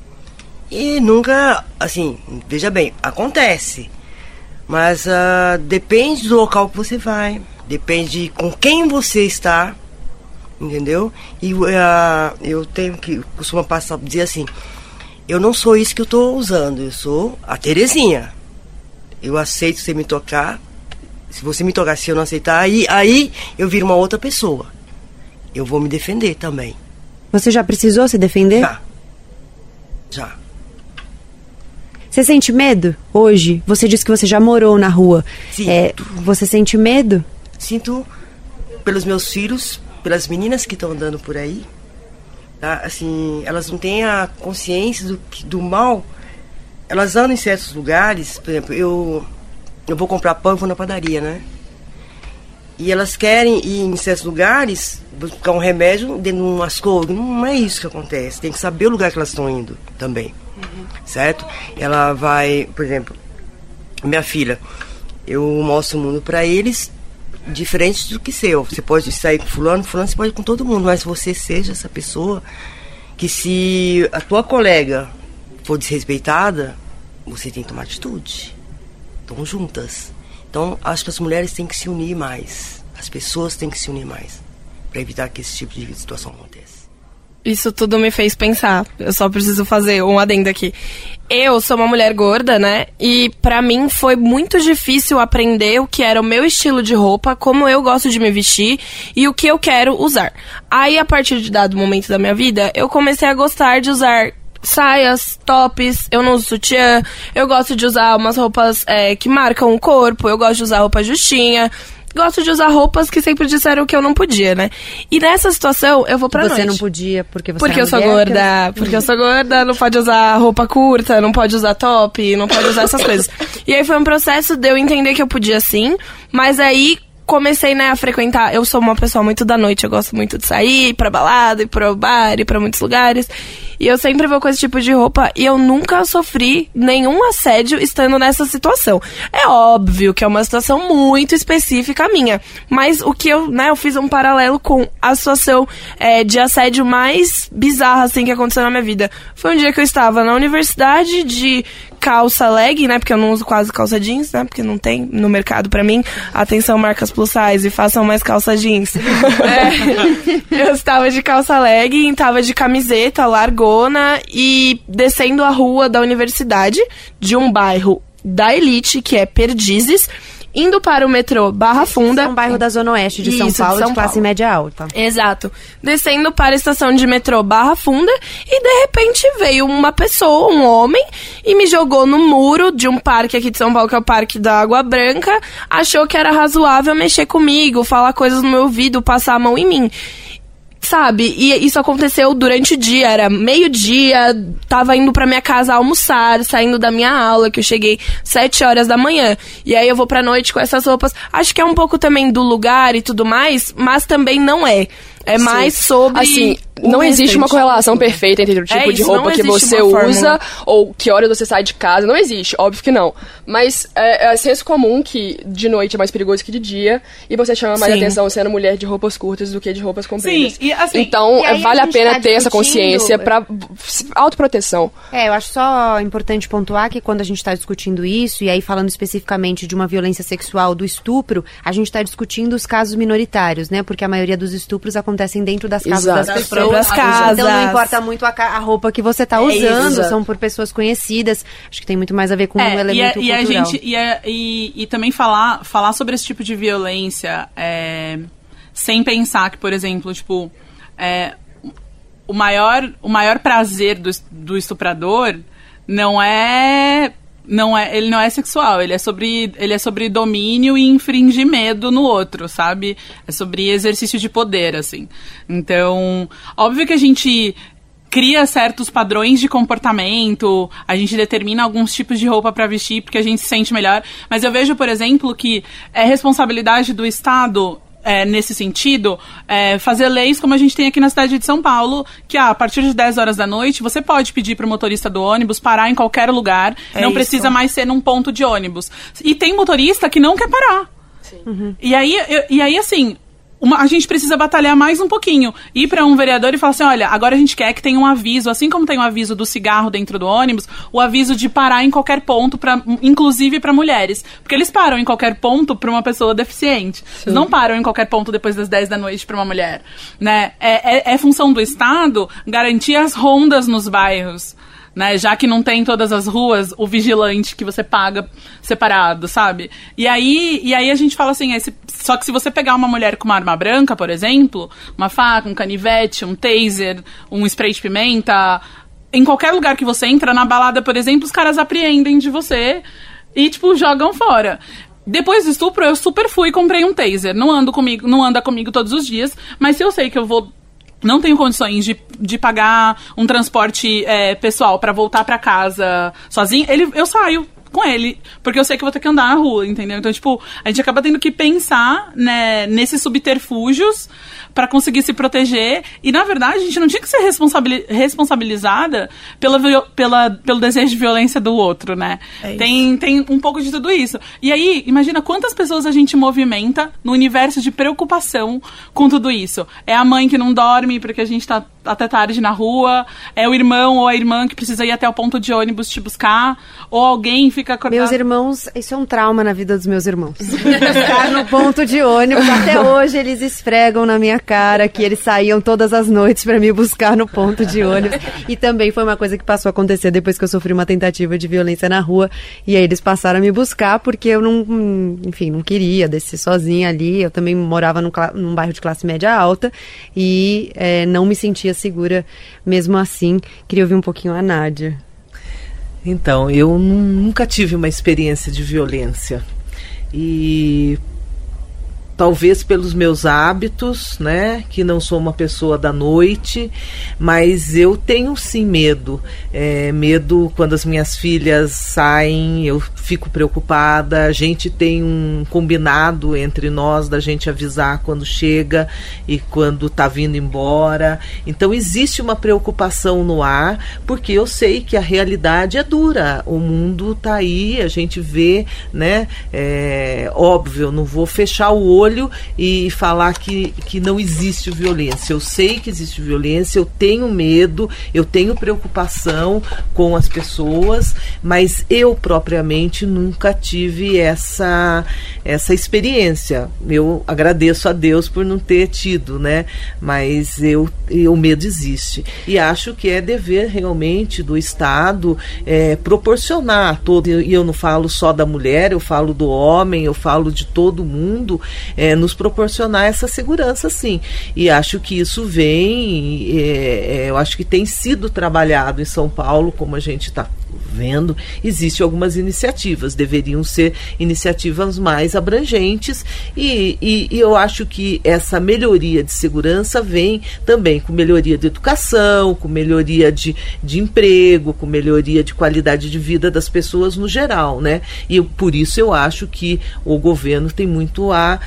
e nunca, assim, veja bem, acontece, mas depende do local que você vai, depende com quem você está, entendeu? E eu costumo dizer assim, eu não sou isso que eu estou usando, eu sou a Terezinha. Eu aceito você me tocar. Se você me tocar, se eu não aceitar, aí eu viro uma outra pessoa. Eu vou me defender também. Você já precisou se defender? Já. Você sente medo hoje? Você disse que você já morou na rua. Sinto. Você sente medo? Sinto pelos meus filhos, pelas meninas que estão andando por aí, tá? Assim, elas não têm a consciência do mal. Elas andam em certos lugares, por exemplo, eu vou comprar pão e vou na padaria, né? E elas querem ir em certos lugares, buscar um remédio dentro de um açougue. Não é isso que acontece. Tem que saber o lugar que elas estão indo também, certo? Ela vai, por exemplo, minha filha, eu mostro o mundo para eles diferente do que seu. Você pode sair com fulano, você pode ir com todo mundo, mas você seja essa pessoa que, se a tua colega for desrespeitada, você tem que tomar atitude. Estão juntas. Então, acho que as mulheres têm que se unir mais. As pessoas têm que se unir mais para evitar que esse tipo de situação aconteça. Isso tudo me fez pensar. Eu só preciso fazer um adendo aqui. Eu sou uma mulher gorda, né? E pra mim foi muito difícil aprender o que era o meu estilo de roupa, como eu gosto de me vestir e o que eu quero usar. Aí, a partir de dado momento da minha vida, eu comecei a gostar de usar saias, tops, eu não uso sutiã, eu gosto de usar umas roupas que marcam o corpo, eu gosto de usar roupa justinha. Gosto de usar roupas que sempre disseram que eu não podia, né? E nessa situação, eu vou pra noite. Você não podia porque você Porque era eu sou mulher, gorda. Porque eu sou gorda, não pode usar roupa curta, não pode usar top, não pode usar essas coisas. E aí foi um processo de eu entender que eu podia sim, mas aí comecei, né, a frequentar. Eu sou uma pessoa muito da noite, eu gosto muito de sair, ir pra balada, ir pro bar, ir pra muitos lugares. E eu sempre vou com esse tipo de roupa e eu nunca sofri nenhum assédio estando nessa situação. É óbvio que é uma situação muito específica minha, mas o que eu fiz um paralelo com a situação de assédio mais bizarra, assim, que aconteceu na minha vida. Foi um dia que eu estava na universidade de calça legging, né, porque eu não uso quase calça jeans, né, porque não tem no mercado pra mim. Atenção, marcas plus size, façam mais calça jeans. Eu estava de calça legging, estava de camiseta largona e descendo a rua da universidade, de um bairro da elite, que é Perdizes, indo para o metrô Barra Funda. É um bairro da Zona Oeste de São Paulo, de classe média alta. Exato. Descendo para a estação de metrô Barra Funda e, de repente, veio uma pessoa, um homem, e me jogou no muro de um parque aqui de São Paulo, que é o Parque da Água Branca. Achou que era razoável mexer comigo, falar coisas no meu ouvido, passar a mão em mim. Sabe? E isso aconteceu durante o dia, era meio-dia, tava indo pra minha casa almoçar, saindo da minha aula, que eu cheguei 7 horas da manhã. E aí eu vou pra noite com essas roupas. Acho que é um pouco também do lugar e tudo mais, mas também não é. É mais sobre... Assim, não existe uma correlação perfeita entre o tipo de roupa que você usa ou que hora você sai de casa. Não existe, óbvio que não. Mas é senso comum que de noite é mais perigoso que de dia. E você chama mais atenção sendo mulher de roupas curtas do que de roupas compridas. Sim, e assim... Então, vale a pena ter essa consciência pra autoproteção. Eu acho só importante pontuar que quando a gente está discutindo isso, e aí falando especificamente de uma violência sexual, do estupro, a gente está discutindo os casos minoritários, né? Porque a maioria dos estupros acontecem dentro das casas das pessoas. Casas. Então não importa muito a roupa que você está usando, são por pessoas conhecidas. Acho que tem muito mais a ver com um elemento cultural. E também falar sobre esse tipo de violência sem pensar que, por exemplo, tipo, o maior prazer do estuprador ele não é sexual, ele é sobre domínio e infringir medo no outro, sabe? É sobre exercício de poder, assim. Então, óbvio que a gente cria certos padrões de comportamento, a gente determina alguns tipos de roupa para vestir porque a gente se sente melhor, mas eu vejo, por exemplo, que é responsabilidade do Estado... nesse sentido, fazer leis como a gente tem aqui na cidade de São Paulo, que a partir de 10 horas da noite, você pode pedir para o motorista do ônibus parar em qualquer lugar, não precisa mais ser num ponto de ônibus. E tem motorista que não quer parar. Sim. Uhum. E aí, assim... a gente precisa batalhar mais um pouquinho. Ir para um vereador e falar assim, olha, agora a gente quer que tenha um aviso, assim como tem o aviso do cigarro dentro do ônibus, o aviso de parar em qualquer ponto, inclusive para mulheres. Porque eles param em qualquer ponto para uma pessoa deficiente. Sim. Eles não param em qualquer ponto depois das 10 da noite para uma mulher. Né? É função do Estado garantir as rondas nos bairros. Né, já que não tem em todas as ruas o vigilante que você paga separado, sabe? E aí a gente fala assim, só que se você pegar uma mulher com uma arma branca, por exemplo, uma faca, um canivete, um taser, um spray de pimenta, em qualquer lugar que você entra, na balada, por exemplo, os caras apreendem de você e, tipo, jogam fora. Depois do estupro, eu super fui e comprei um taser. Não anda comigo todos os dias, mas se eu sei que eu não tenho condições de pagar um transporte pessoal pra voltar pra casa sozinho, eu saio com ele, porque eu sei que eu vou ter que andar na rua, entendeu? Então, tipo, a gente acaba tendo que pensar, né, nesses subterfúgios pra conseguir se proteger, e na verdade a gente não tinha que ser responsabilizada pelo desejo de violência do outro, né? Tem um pouco de tudo isso. E aí, imagina quantas pessoas a gente movimenta no universo de preocupação com tudo isso. É a mãe que não dorme porque a gente tá até tarde na rua, é o irmão ou a irmã que precisa ir até o ponto de ônibus te buscar, ou alguém fica acordado. Meus irmãos, isso é um trauma na vida dos meus irmãos. Ficar no ponto de ônibus, até hoje eles esfregam na minha cara que eles saíam todas as noites para me buscar no ponto de ônibus. E também foi uma coisa que passou a acontecer depois que eu sofri uma tentativa de violência na rua, e aí eles passaram a me buscar porque eu não queria descer sozinha ali. Eu também morava num bairro de classe média alta e não me sentia segura mesmo assim. Queria ouvir um pouquinho a Nádia. Então, eu nunca tive uma experiência de violência. E talvez pelos meus hábitos, né, que não sou uma pessoa da noite, mas eu tenho sim medo. Medo quando as minhas filhas saem, eu fico preocupada. A gente tem um combinado entre nós da gente avisar quando chega e quando está vindo embora. Então existe uma preocupação no ar, porque eu sei que a realidade é dura. O mundo está aí, a gente vê, né? Óbvio, eu não vou fechar o olho e falar que não existe violência. Eu sei que existe violência, eu tenho medo, eu tenho preocupação com as pessoas, mas eu propriamente nunca tive essa experiência. Eu agradeço a Deus por não ter tido, né? Mas o medo existe. E acho que é dever realmente do Estado proporcionar todo, e eu não falo só da mulher, eu falo do homem, eu falo de todo mundo, nos proporcionar essa segurança, sim. E acho que isso vem, eu acho que tem sido trabalhado em São Paulo, como a gente está vendo. Existem algumas iniciativas, deveriam ser iniciativas mais abrangentes, e eu acho que essa melhoria de segurança vem também com melhoria de educação, com melhoria de emprego, com melhoria de qualidade de vida das pessoas no geral, né? E por isso eu acho que o governo tem muito a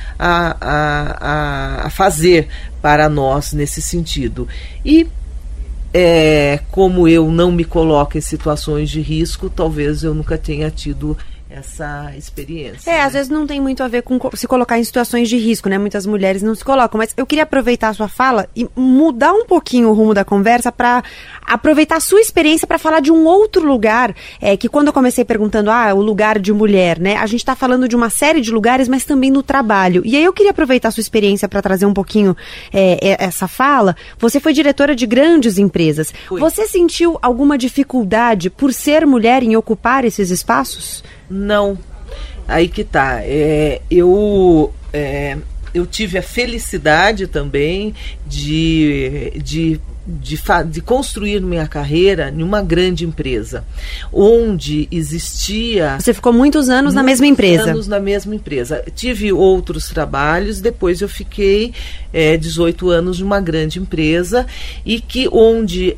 fazer para nós nesse sentido. E como eu não me coloco em situações de risco, talvez eu nunca tenha tido essa experiência. Às vezes não tem muito a ver com se colocar em situações de risco, né? Muitas mulheres não se colocam, mas eu queria aproveitar a sua fala e mudar um pouquinho o rumo da conversa para aproveitar a sua experiência para falar de um outro lugar, que quando eu comecei perguntando, o lugar de mulher, né? A gente está falando de uma série de lugares, mas também no trabalho. E aí eu queria aproveitar a sua experiência para trazer um pouquinho essa fala. Você foi diretora de grandes empresas. Fui. Você sentiu alguma dificuldade por ser mulher em ocupar esses espaços? Não, aí que tá. Eu tive a felicidade também de construir minha carreira em uma grande empresa, onde existia... Você ficou muitos anos na mesma empresa? Muitos anos na mesma empresa. Tive outros trabalhos, depois eu fiquei 18 anos numa grande empresa, e onde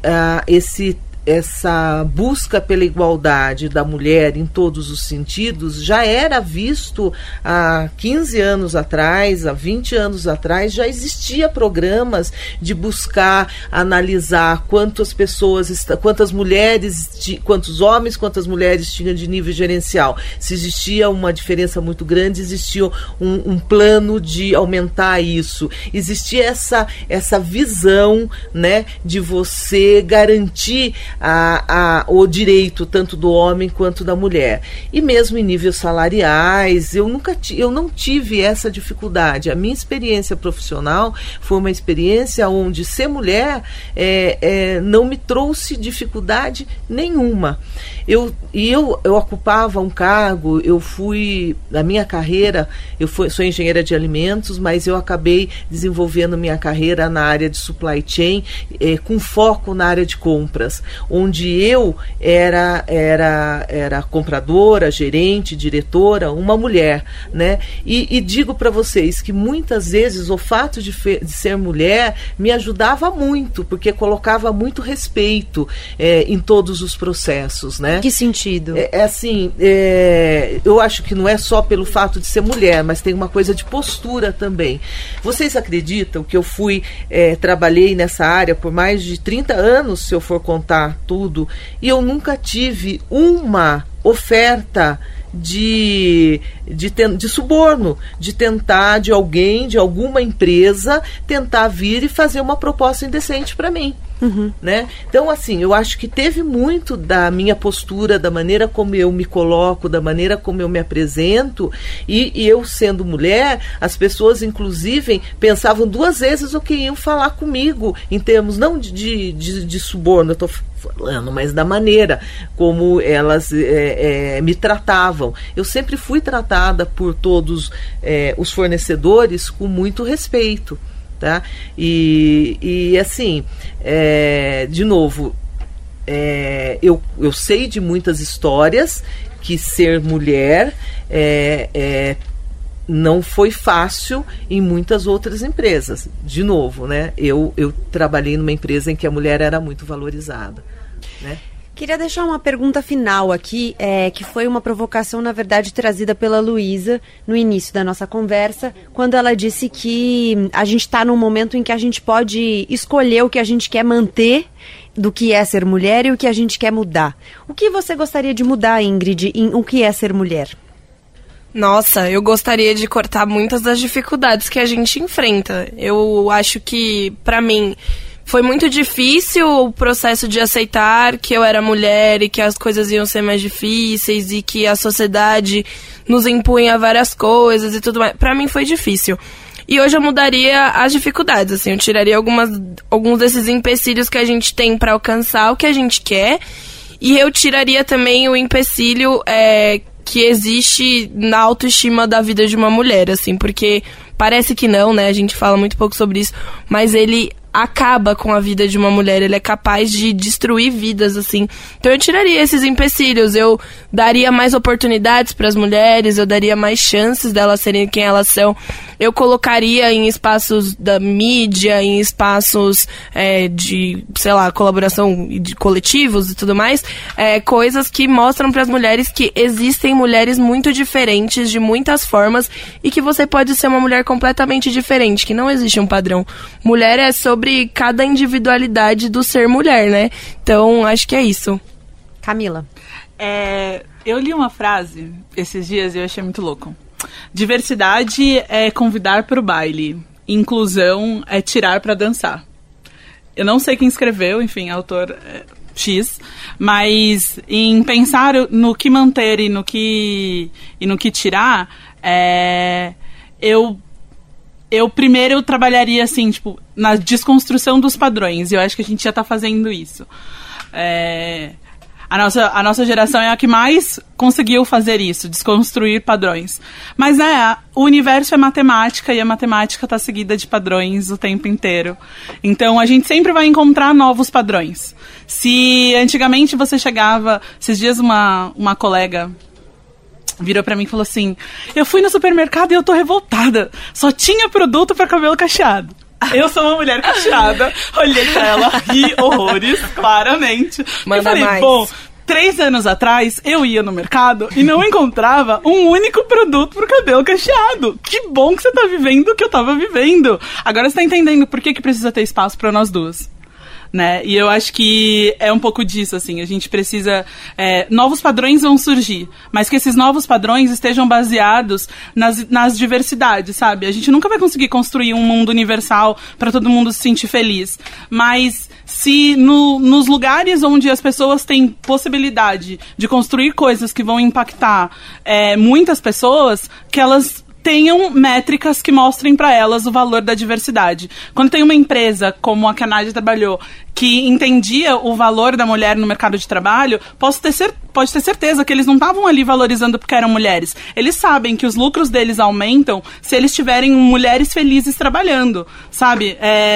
essa busca pela igualdade da mulher em todos os sentidos já era visto há 15 anos atrás, há 20 anos atrás, já existia programas de buscar analisar quantas mulheres, quantos homens, quantas mulheres tinham de nível gerencial. Se existia uma diferença muito grande, existia um plano de aumentar isso. Existia essa visão, né, de você garantir o direito tanto do homem quanto da mulher. E mesmo em níveis salariais, eu não tive essa dificuldade. A minha experiência profissional foi uma experiência onde ser mulher não me trouxe dificuldade nenhuma. Eu ocupava um cargo, na minha carreira, sou engenheira de alimentos, mas eu acabei desenvolvendo minha carreira na área de supply chain, com foco na área de compras, onde eu era compradora, gerente, diretora, uma mulher, né? E digo para vocês que muitas vezes o fato de ser mulher me ajudava muito, porque colocava muito respeito em todos os processos, né? Que sentido? Eu acho que não é só pelo fato de ser mulher, mas tem uma coisa de postura também. Vocês acreditam que eu trabalhei nessa área por mais de 30 anos, se eu for contar tudo, e eu nunca tive uma oferta de suborno, de tentar, de alguém, de alguma empresa, tentar vir e fazer uma proposta indecente para mim. Né? Então, assim, eu acho que teve muito da minha postura, da maneira como eu me coloco, da maneira como eu me apresento, e eu sendo mulher, as pessoas, inclusive, pensavam 2 vezes o que iam falar comigo, em termos não de suborno, eu estou falando, mas da maneira como elas me tratavam. Eu sempre fui tratada por todos os fornecedores com muito respeito. Tá? E assim, de novo, eu sei de muitas histórias que ser mulher não foi fácil em muitas outras empresas. De novo, né? Eu trabalhei numa empresa em que a mulher era muito valorizada, né? Queria deixar uma pergunta final aqui, que foi uma provocação, na verdade, trazida pela Luísa no início da nossa conversa, quando ela disse que a gente está num momento em que a gente pode escolher o que a gente quer manter do que é ser mulher e o que a gente quer mudar. O que você gostaria de mudar, Ingrid, em o que é ser mulher? Nossa, eu gostaria de cortar muitas das dificuldades que a gente enfrenta. Eu acho que, pra mim, foi muito difícil o processo de aceitar que eu era mulher e que as coisas iam ser mais difíceis e que a sociedade nos impunha várias coisas e tudo mais. Pra mim foi difícil. E hoje eu mudaria as dificuldades, assim, eu tiraria alguns desses empecilhos que a gente tem pra alcançar o que a gente quer, e eu tiraria também o empecilho que existe na autoestima da vida de uma mulher, assim, porque parece que não, né, a gente fala muito pouco sobre isso, mas ele acaba com a vida de uma mulher, ele é capaz de destruir vidas, assim. Então eu tiraria esses empecilhos, eu daria mais oportunidades para as mulheres, eu daria mais chances delas serem quem elas são, eu colocaria em espaços da mídia, em espaços de, sei lá, colaboração de coletivos e tudo mais, coisas que mostram para as mulheres que existem mulheres muito diferentes, de muitas formas, e que você pode ser uma mulher completamente diferente, que não existe um padrão. Mulher é sobre cada individualidade do ser mulher, né? Então, acho que é isso. Camila. Eu li uma frase esses dias e eu achei muito louco. Diversidade é convidar para o baile. Inclusão é tirar para dançar. Eu não sei quem escreveu, enfim, autor X, mas em pensar no que manter e no que tirar, eu primeiro trabalharia, assim, tipo, na desconstrução dos padrões. E eu acho que a gente já está fazendo isso. A nossa geração é a que mais conseguiu fazer isso, desconstruir padrões. Mas, o universo é matemática e a matemática está seguida de padrões o tempo inteiro. Então, a gente sempre vai encontrar novos padrões. Se antigamente você chegava... Esses dias uma colega virou pra mim e falou assim: eu fui no supermercado e eu tô revoltada. Só tinha produto pra cabelo cacheado. Eu sou uma mulher cacheada. Olhei pra ela, ri horrores, claramente. Manda e falei, mais. Bom, 3 anos atrás, eu ia no mercado e não encontrava um único produto pro cabelo cacheado. Que bom que você tá vivendo o que eu tava vivendo. Agora você tá entendendo por que precisa ter espaço pra nós duas. Né? E eu acho que é um pouco disso, assim, a gente precisa... novos padrões vão surgir, mas que esses novos padrões estejam baseados nas diversidades, sabe? A gente nunca vai conseguir construir um mundo universal para todo mundo se sentir feliz, mas se nos lugares onde as pessoas têm possibilidade de construir coisas que vão impactar muitas pessoas, que elas tenham métricas que mostrem para elas o valor da diversidade. Quando tem uma empresa, como a que a Nádia trabalhou, que entendia o valor da mulher no mercado de trabalho, pode ter certeza que eles não estavam ali valorizando porque eram mulheres. Eles sabem que os lucros deles aumentam se eles tiverem mulheres felizes trabalhando, sabe?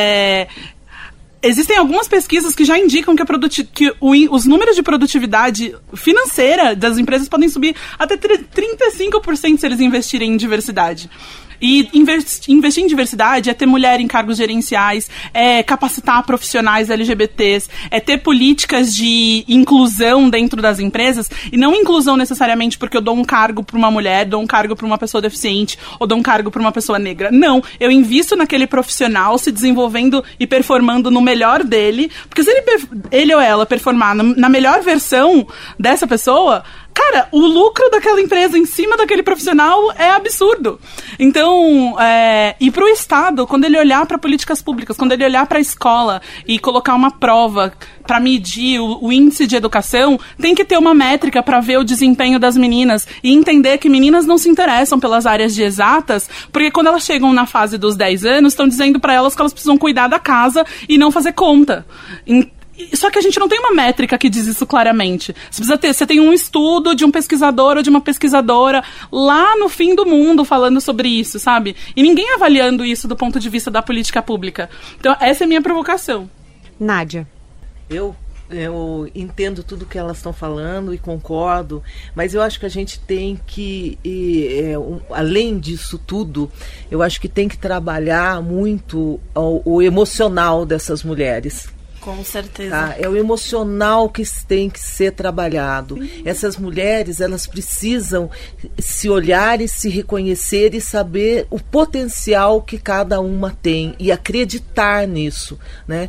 Existem algumas pesquisas que já indicam que os números de produtividade financeira das empresas podem subir até 35% se eles investirem em diversidade. E investir em diversidade é ter mulher em cargos gerenciais, é capacitar profissionais LGBTs, é ter políticas de inclusão dentro das empresas, e não inclusão necessariamente porque eu dou um cargo para uma mulher, dou um cargo para uma pessoa deficiente, ou dou um cargo para uma pessoa negra. Não, eu invisto naquele profissional se desenvolvendo e performando no melhor dele, porque se ele ou ela performar na melhor versão dessa pessoa, cara, o lucro daquela empresa em cima daquele profissional é absurdo. Então, e para o Estado, quando ele olhar para políticas públicas, quando ele olhar para a escola e colocar uma prova para medir o índice de educação, tem que ter uma métrica para ver o desempenho das meninas e entender que meninas não se interessam pelas áreas de exatas, porque quando elas chegam na fase dos 10 anos, estão dizendo para elas que elas precisam cuidar da casa e não fazer conta. Só que a gente não tem uma métrica que diz isso claramente. Você tem um estudo de um pesquisador ou de uma pesquisadora lá no fim do mundo falando sobre isso, sabe? E ninguém avaliando isso do ponto de vista da política pública. Então, essa é a minha provocação. Nádia. Eu entendo tudo que elas estão falando e concordo, mas eu acho que a gente tem que, além disso tudo, eu acho que tem que trabalhar muito o emocional dessas mulheres. Com certeza. Tá? É o emocional que tem que ser trabalhado. Essas mulheres, elas precisam se olhar e se reconhecer e saber o potencial que cada uma tem e acreditar nisso, né?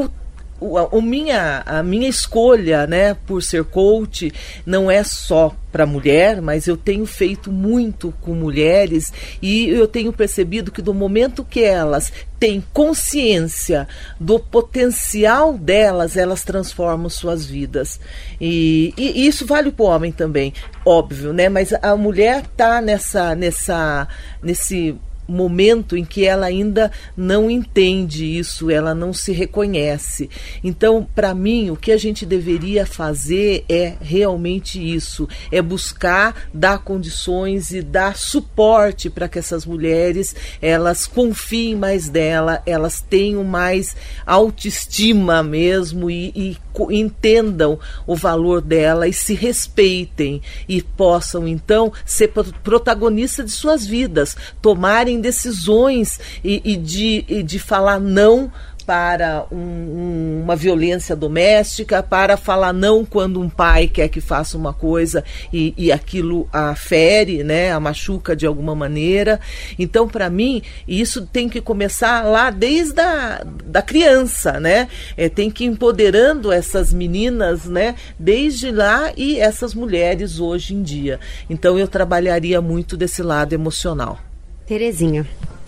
A minha escolha, né, por ser coach não é só para mulher, mas eu tenho feito muito com mulheres e eu tenho percebido que do momento que elas têm consciência do potencial delas, elas transformam suas vidas. E isso vale para o homem também, óbvio, né? Mas a mulher está nesse momento em que ela ainda não entende isso, ela não se reconhece. Então, para mim, o que a gente deveria fazer é realmente isso, é buscar dar condições e dar suporte para que essas mulheres, elas confiem mais dela, elas tenham mais autoestima mesmo e entendam o valor dela e se respeitem e possam, então, ser protagonistas de suas vidas, tomarem decisões e de falar não para uma violência doméstica, para falar não quando um pai quer que faça uma coisa e aquilo a fere, né, a machuca de alguma maneira. Então, para mim, isso tem que começar lá desde da criança, né? Tem que ir empoderando essas meninas, né, desde lá, e essas mulheres hoje em dia. Então, eu trabalharia muito desse lado emocional. Terezinha.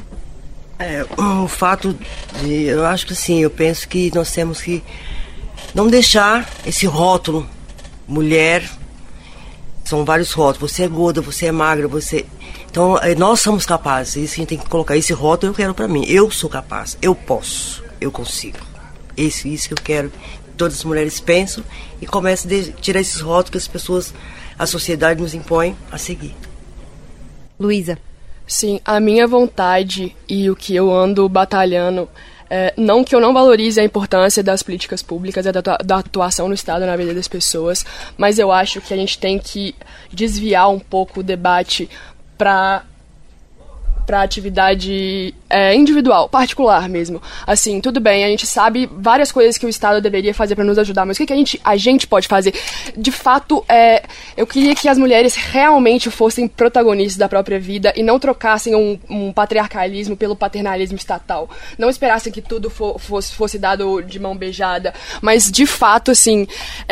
O fato de... Eu acho que assim, eu penso que nós temos que não deixar esse rótulo, mulher, são vários rótulos, você é gorda, você é magra, você... Então, nós somos capazes, isso a gente tem que colocar, esse rótulo eu quero pra mim, eu sou capaz, eu posso, eu consigo. Isso que eu quero que todas as mulheres pensam e comecem a tirar esses rótulos que as pessoas, a sociedade nos impõe a seguir. Luísa. Sim, a minha vontade e o que eu ando batalhando, não que eu não valorize a importância das políticas públicas e da atuação no Estado na vida das pessoas, mas eu acho que a gente tem que desviar um pouco o debate para atividade individual, particular mesmo. Assim, tudo bem, a gente sabe várias coisas que o Estado deveria fazer para nos ajudar, mas o que a gente pode fazer? De fato, eu queria que as mulheres realmente fossem protagonistas da própria vida e não trocassem um patriarcalismo pelo paternalismo estatal. Não esperassem que tudo fosse dado de mão beijada, mas de fato, assim...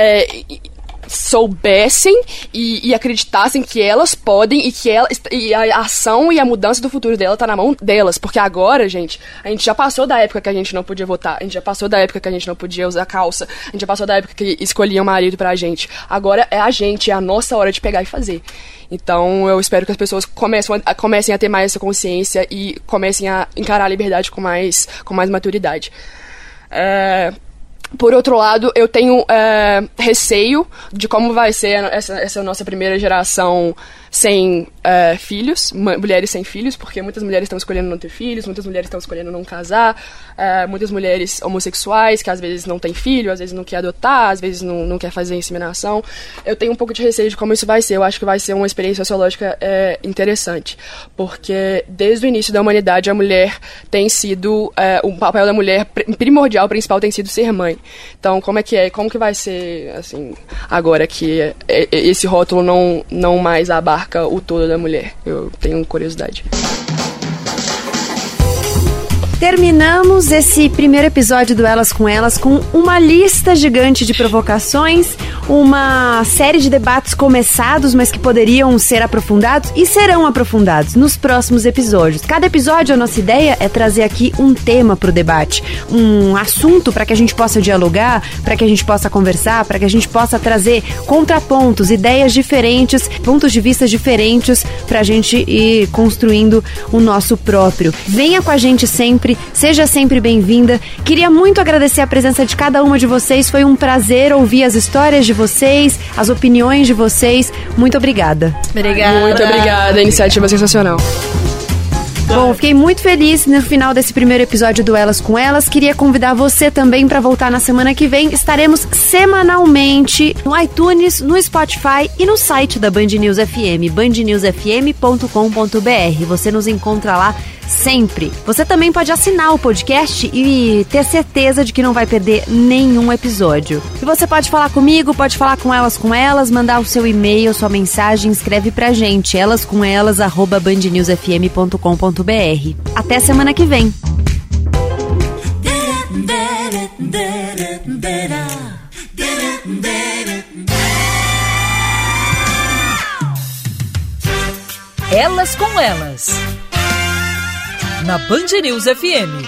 soubessem e acreditassem que elas podem e a ação e a mudança do futuro dela tá na mão delas, porque agora, gente, a gente já passou da época que a gente não podia votar, a gente já passou da época que a gente não podia usar calça, a gente já passou da época que escolhiam marido pra gente. Agora é a nossa hora de pegar e fazer. Então eu espero que as pessoas comecem a ter mais essa consciência e comecem a encarar a liberdade com mais maturidade. Por outro lado, eu tenho receio de como vai ser essa nossa primeira geração sem filhos, mulheres sem filhos, porque muitas mulheres estão escolhendo não ter filhos, muitas mulheres estão escolhendo não casar, muitas mulheres homossexuais que às vezes não têm filho, às vezes não quer adotar, às vezes não quer fazer inseminação. Eu tenho um pouco de receio de como isso vai ser. Eu acho que vai ser uma experiência sociológica interessante, porque desde o início da humanidade a mulher tem sido, o papel da mulher primordial, principal, tem sido ser mãe. Então, como que vai ser, assim, agora que esse rótulo não mais abarca o todo da mulher? Eu tenho curiosidade. Terminamos esse primeiro episódio do Elas com Elas com uma lista gigante de provocações, uma série de debates começados, mas que poderiam ser aprofundados e serão aprofundados nos próximos episódios. Cada episódio, a nossa ideia é trazer aqui um tema para o debate, um assunto para que a gente possa dialogar, para que a gente possa conversar, para que a gente possa trazer contrapontos, ideias diferentes, pontos de vista diferentes para a gente ir construindo o nosso próprio. Venha com a gente sempre. Seja sempre bem-vinda. Queria muito agradecer a presença de cada uma de vocês. Foi um prazer ouvir as histórias de vocês, as opiniões de vocês. Muito obrigada. Obrigada. Muito obrigada, a iniciativa é sensacional. Bom, fiquei muito feliz no final desse primeiro episódio do Elas com Elas. Queria convidar você também para voltar na semana que vem. Estaremos semanalmente no iTunes, no Spotify e no site da Band News FM, bandnewsfm.com.br. Você nos encontra lá sempre. Você também pode assinar o podcast e ter certeza de que não vai perder nenhum episódio. E você pode falar comigo, pode falar com elas, mandar o seu e-mail, sua mensagem, escreve pra gente, elascomelas@bandnewsfm.com.br. Até semana que vem. Elas com Elas, na Band News FM.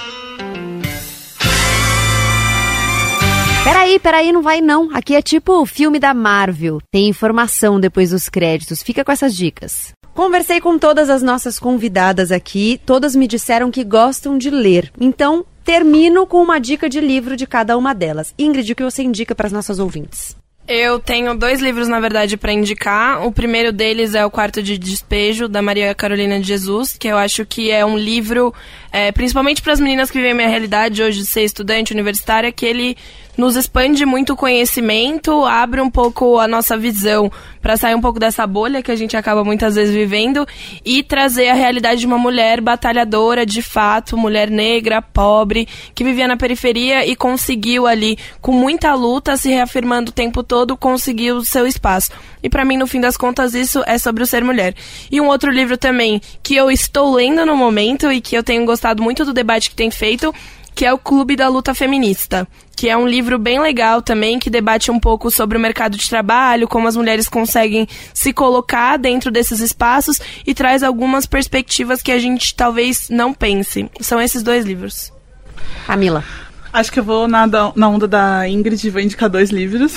Peraí, não vai não. Aqui é tipo o filme da Marvel. Tem informação depois dos créditos. Fica com essas dicas. Conversei com todas as nossas convidadas aqui. Todas me disseram que gostam de ler. Então, termino com uma dica de livro de cada uma delas. Ingrid, o que você indica para as nossas ouvintes? Eu tenho 2 livros, na verdade, para indicar. O primeiro deles é O Quarto de Despejo, da Maria Carolina de Jesus, que eu acho que é um livro, principalmente para as meninas que vivem a minha realidade hoje de ser estudante universitária, que ele nos expande muito o conhecimento, abre um pouco a nossa visão para sair um pouco dessa bolha que a gente acaba muitas vezes vivendo e trazer a realidade de uma mulher batalhadora, de fato, mulher negra, pobre, que vivia na periferia e conseguiu ali, com muita luta, se reafirmando o tempo todo, conseguiu o seu espaço. E para mim, no fim das contas, isso é sobre o ser mulher. E um outro livro também que eu estou lendo no momento e que eu tenho gostado muito do debate que tem feito, que é o Clube da Luta Feminista, que é um livro bem legal também, que debate um pouco sobre o mercado de trabalho, como as mulheres conseguem se colocar dentro desses espaços e traz algumas perspectivas que a gente talvez não pense. São esses 2 livros. Camila. Acho que eu vou na onda da Ingrid e vou indicar 2 livros.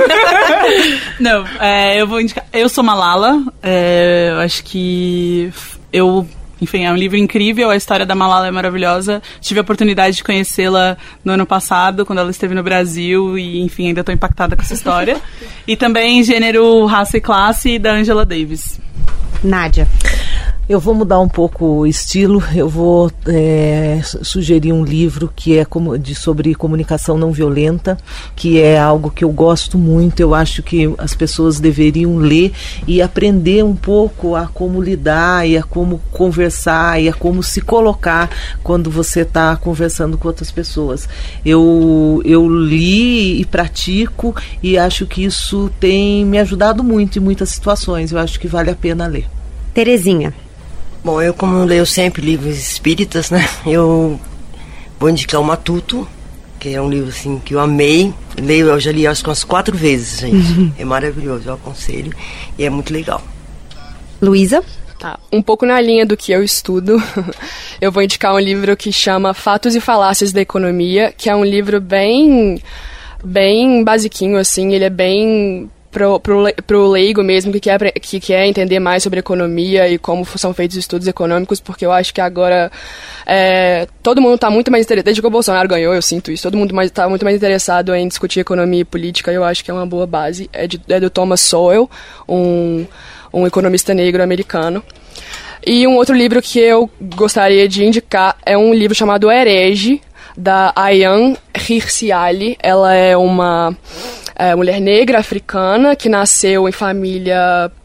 Não, eu vou indicar... Eu Sou Malala. Eu acho que enfim, é um livro incrível, a história da Malala é maravilhosa. Tive a oportunidade de conhecê-la no ano passado, quando ela esteve no Brasil, e, enfim, ainda estou impactada com essa história. E também Gênero, Raça e Classe, da Angela Davis. Nádia. Eu vou mudar um pouco o estilo, eu vou sugerir um livro que é sobre comunicação não violenta, que é algo que eu gosto muito, eu acho que as pessoas deveriam ler e aprender um pouco a como lidar e a como conversar e a como se colocar quando você está conversando com outras pessoas. Eu li e pratico e acho que isso tem me ajudado muito em muitas situações, eu acho que vale a pena ler. Terezinha. Bom, eu como leio sempre livros espíritas, né? Eu vou indicar o Matuto, que é um livro assim que eu amei. Eu já li acho que umas 4 vezes, gente. É maravilhoso, eu aconselho. E é muito legal. Luísa? Tá, um pouco na linha do que eu estudo, eu vou indicar um livro que chama Fatos e Falácias da Economia, que é um livro bem basiquinho, assim, ele é bem... Pro leigo mesmo, que quer entender mais sobre economia e como são feitos os estudos econômicos, porque eu acho que agora todo mundo está muito mais interessado, desde que o Bolsonaro ganhou, eu sinto isso, todo mundo está muito mais interessado em discutir economia e política, e eu acho que é uma boa base. É do Thomas Sowell, um economista negro americano. E um outro livro que eu gostaria de indicar é um livro chamado Herege, da Ayaan Hirsi Ali. Ela é uma mulher negra africana que nasceu em família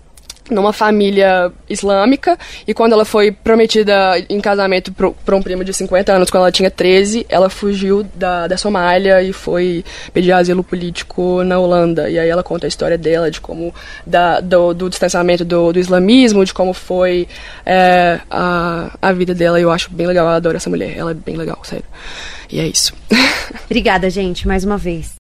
numa família islâmica, e quando ela foi prometida em casamento para um primo de 50 anos, quando ela tinha 13, ela fugiu da Somália e foi pedir asilo político na Holanda. E aí ela conta a história dela, de como do distanciamento do islamismo, de como foi a vida dela. Eu acho bem legal, eu adoro essa mulher, ela é bem legal, sério. E é isso. Obrigada, gente, mais uma vez.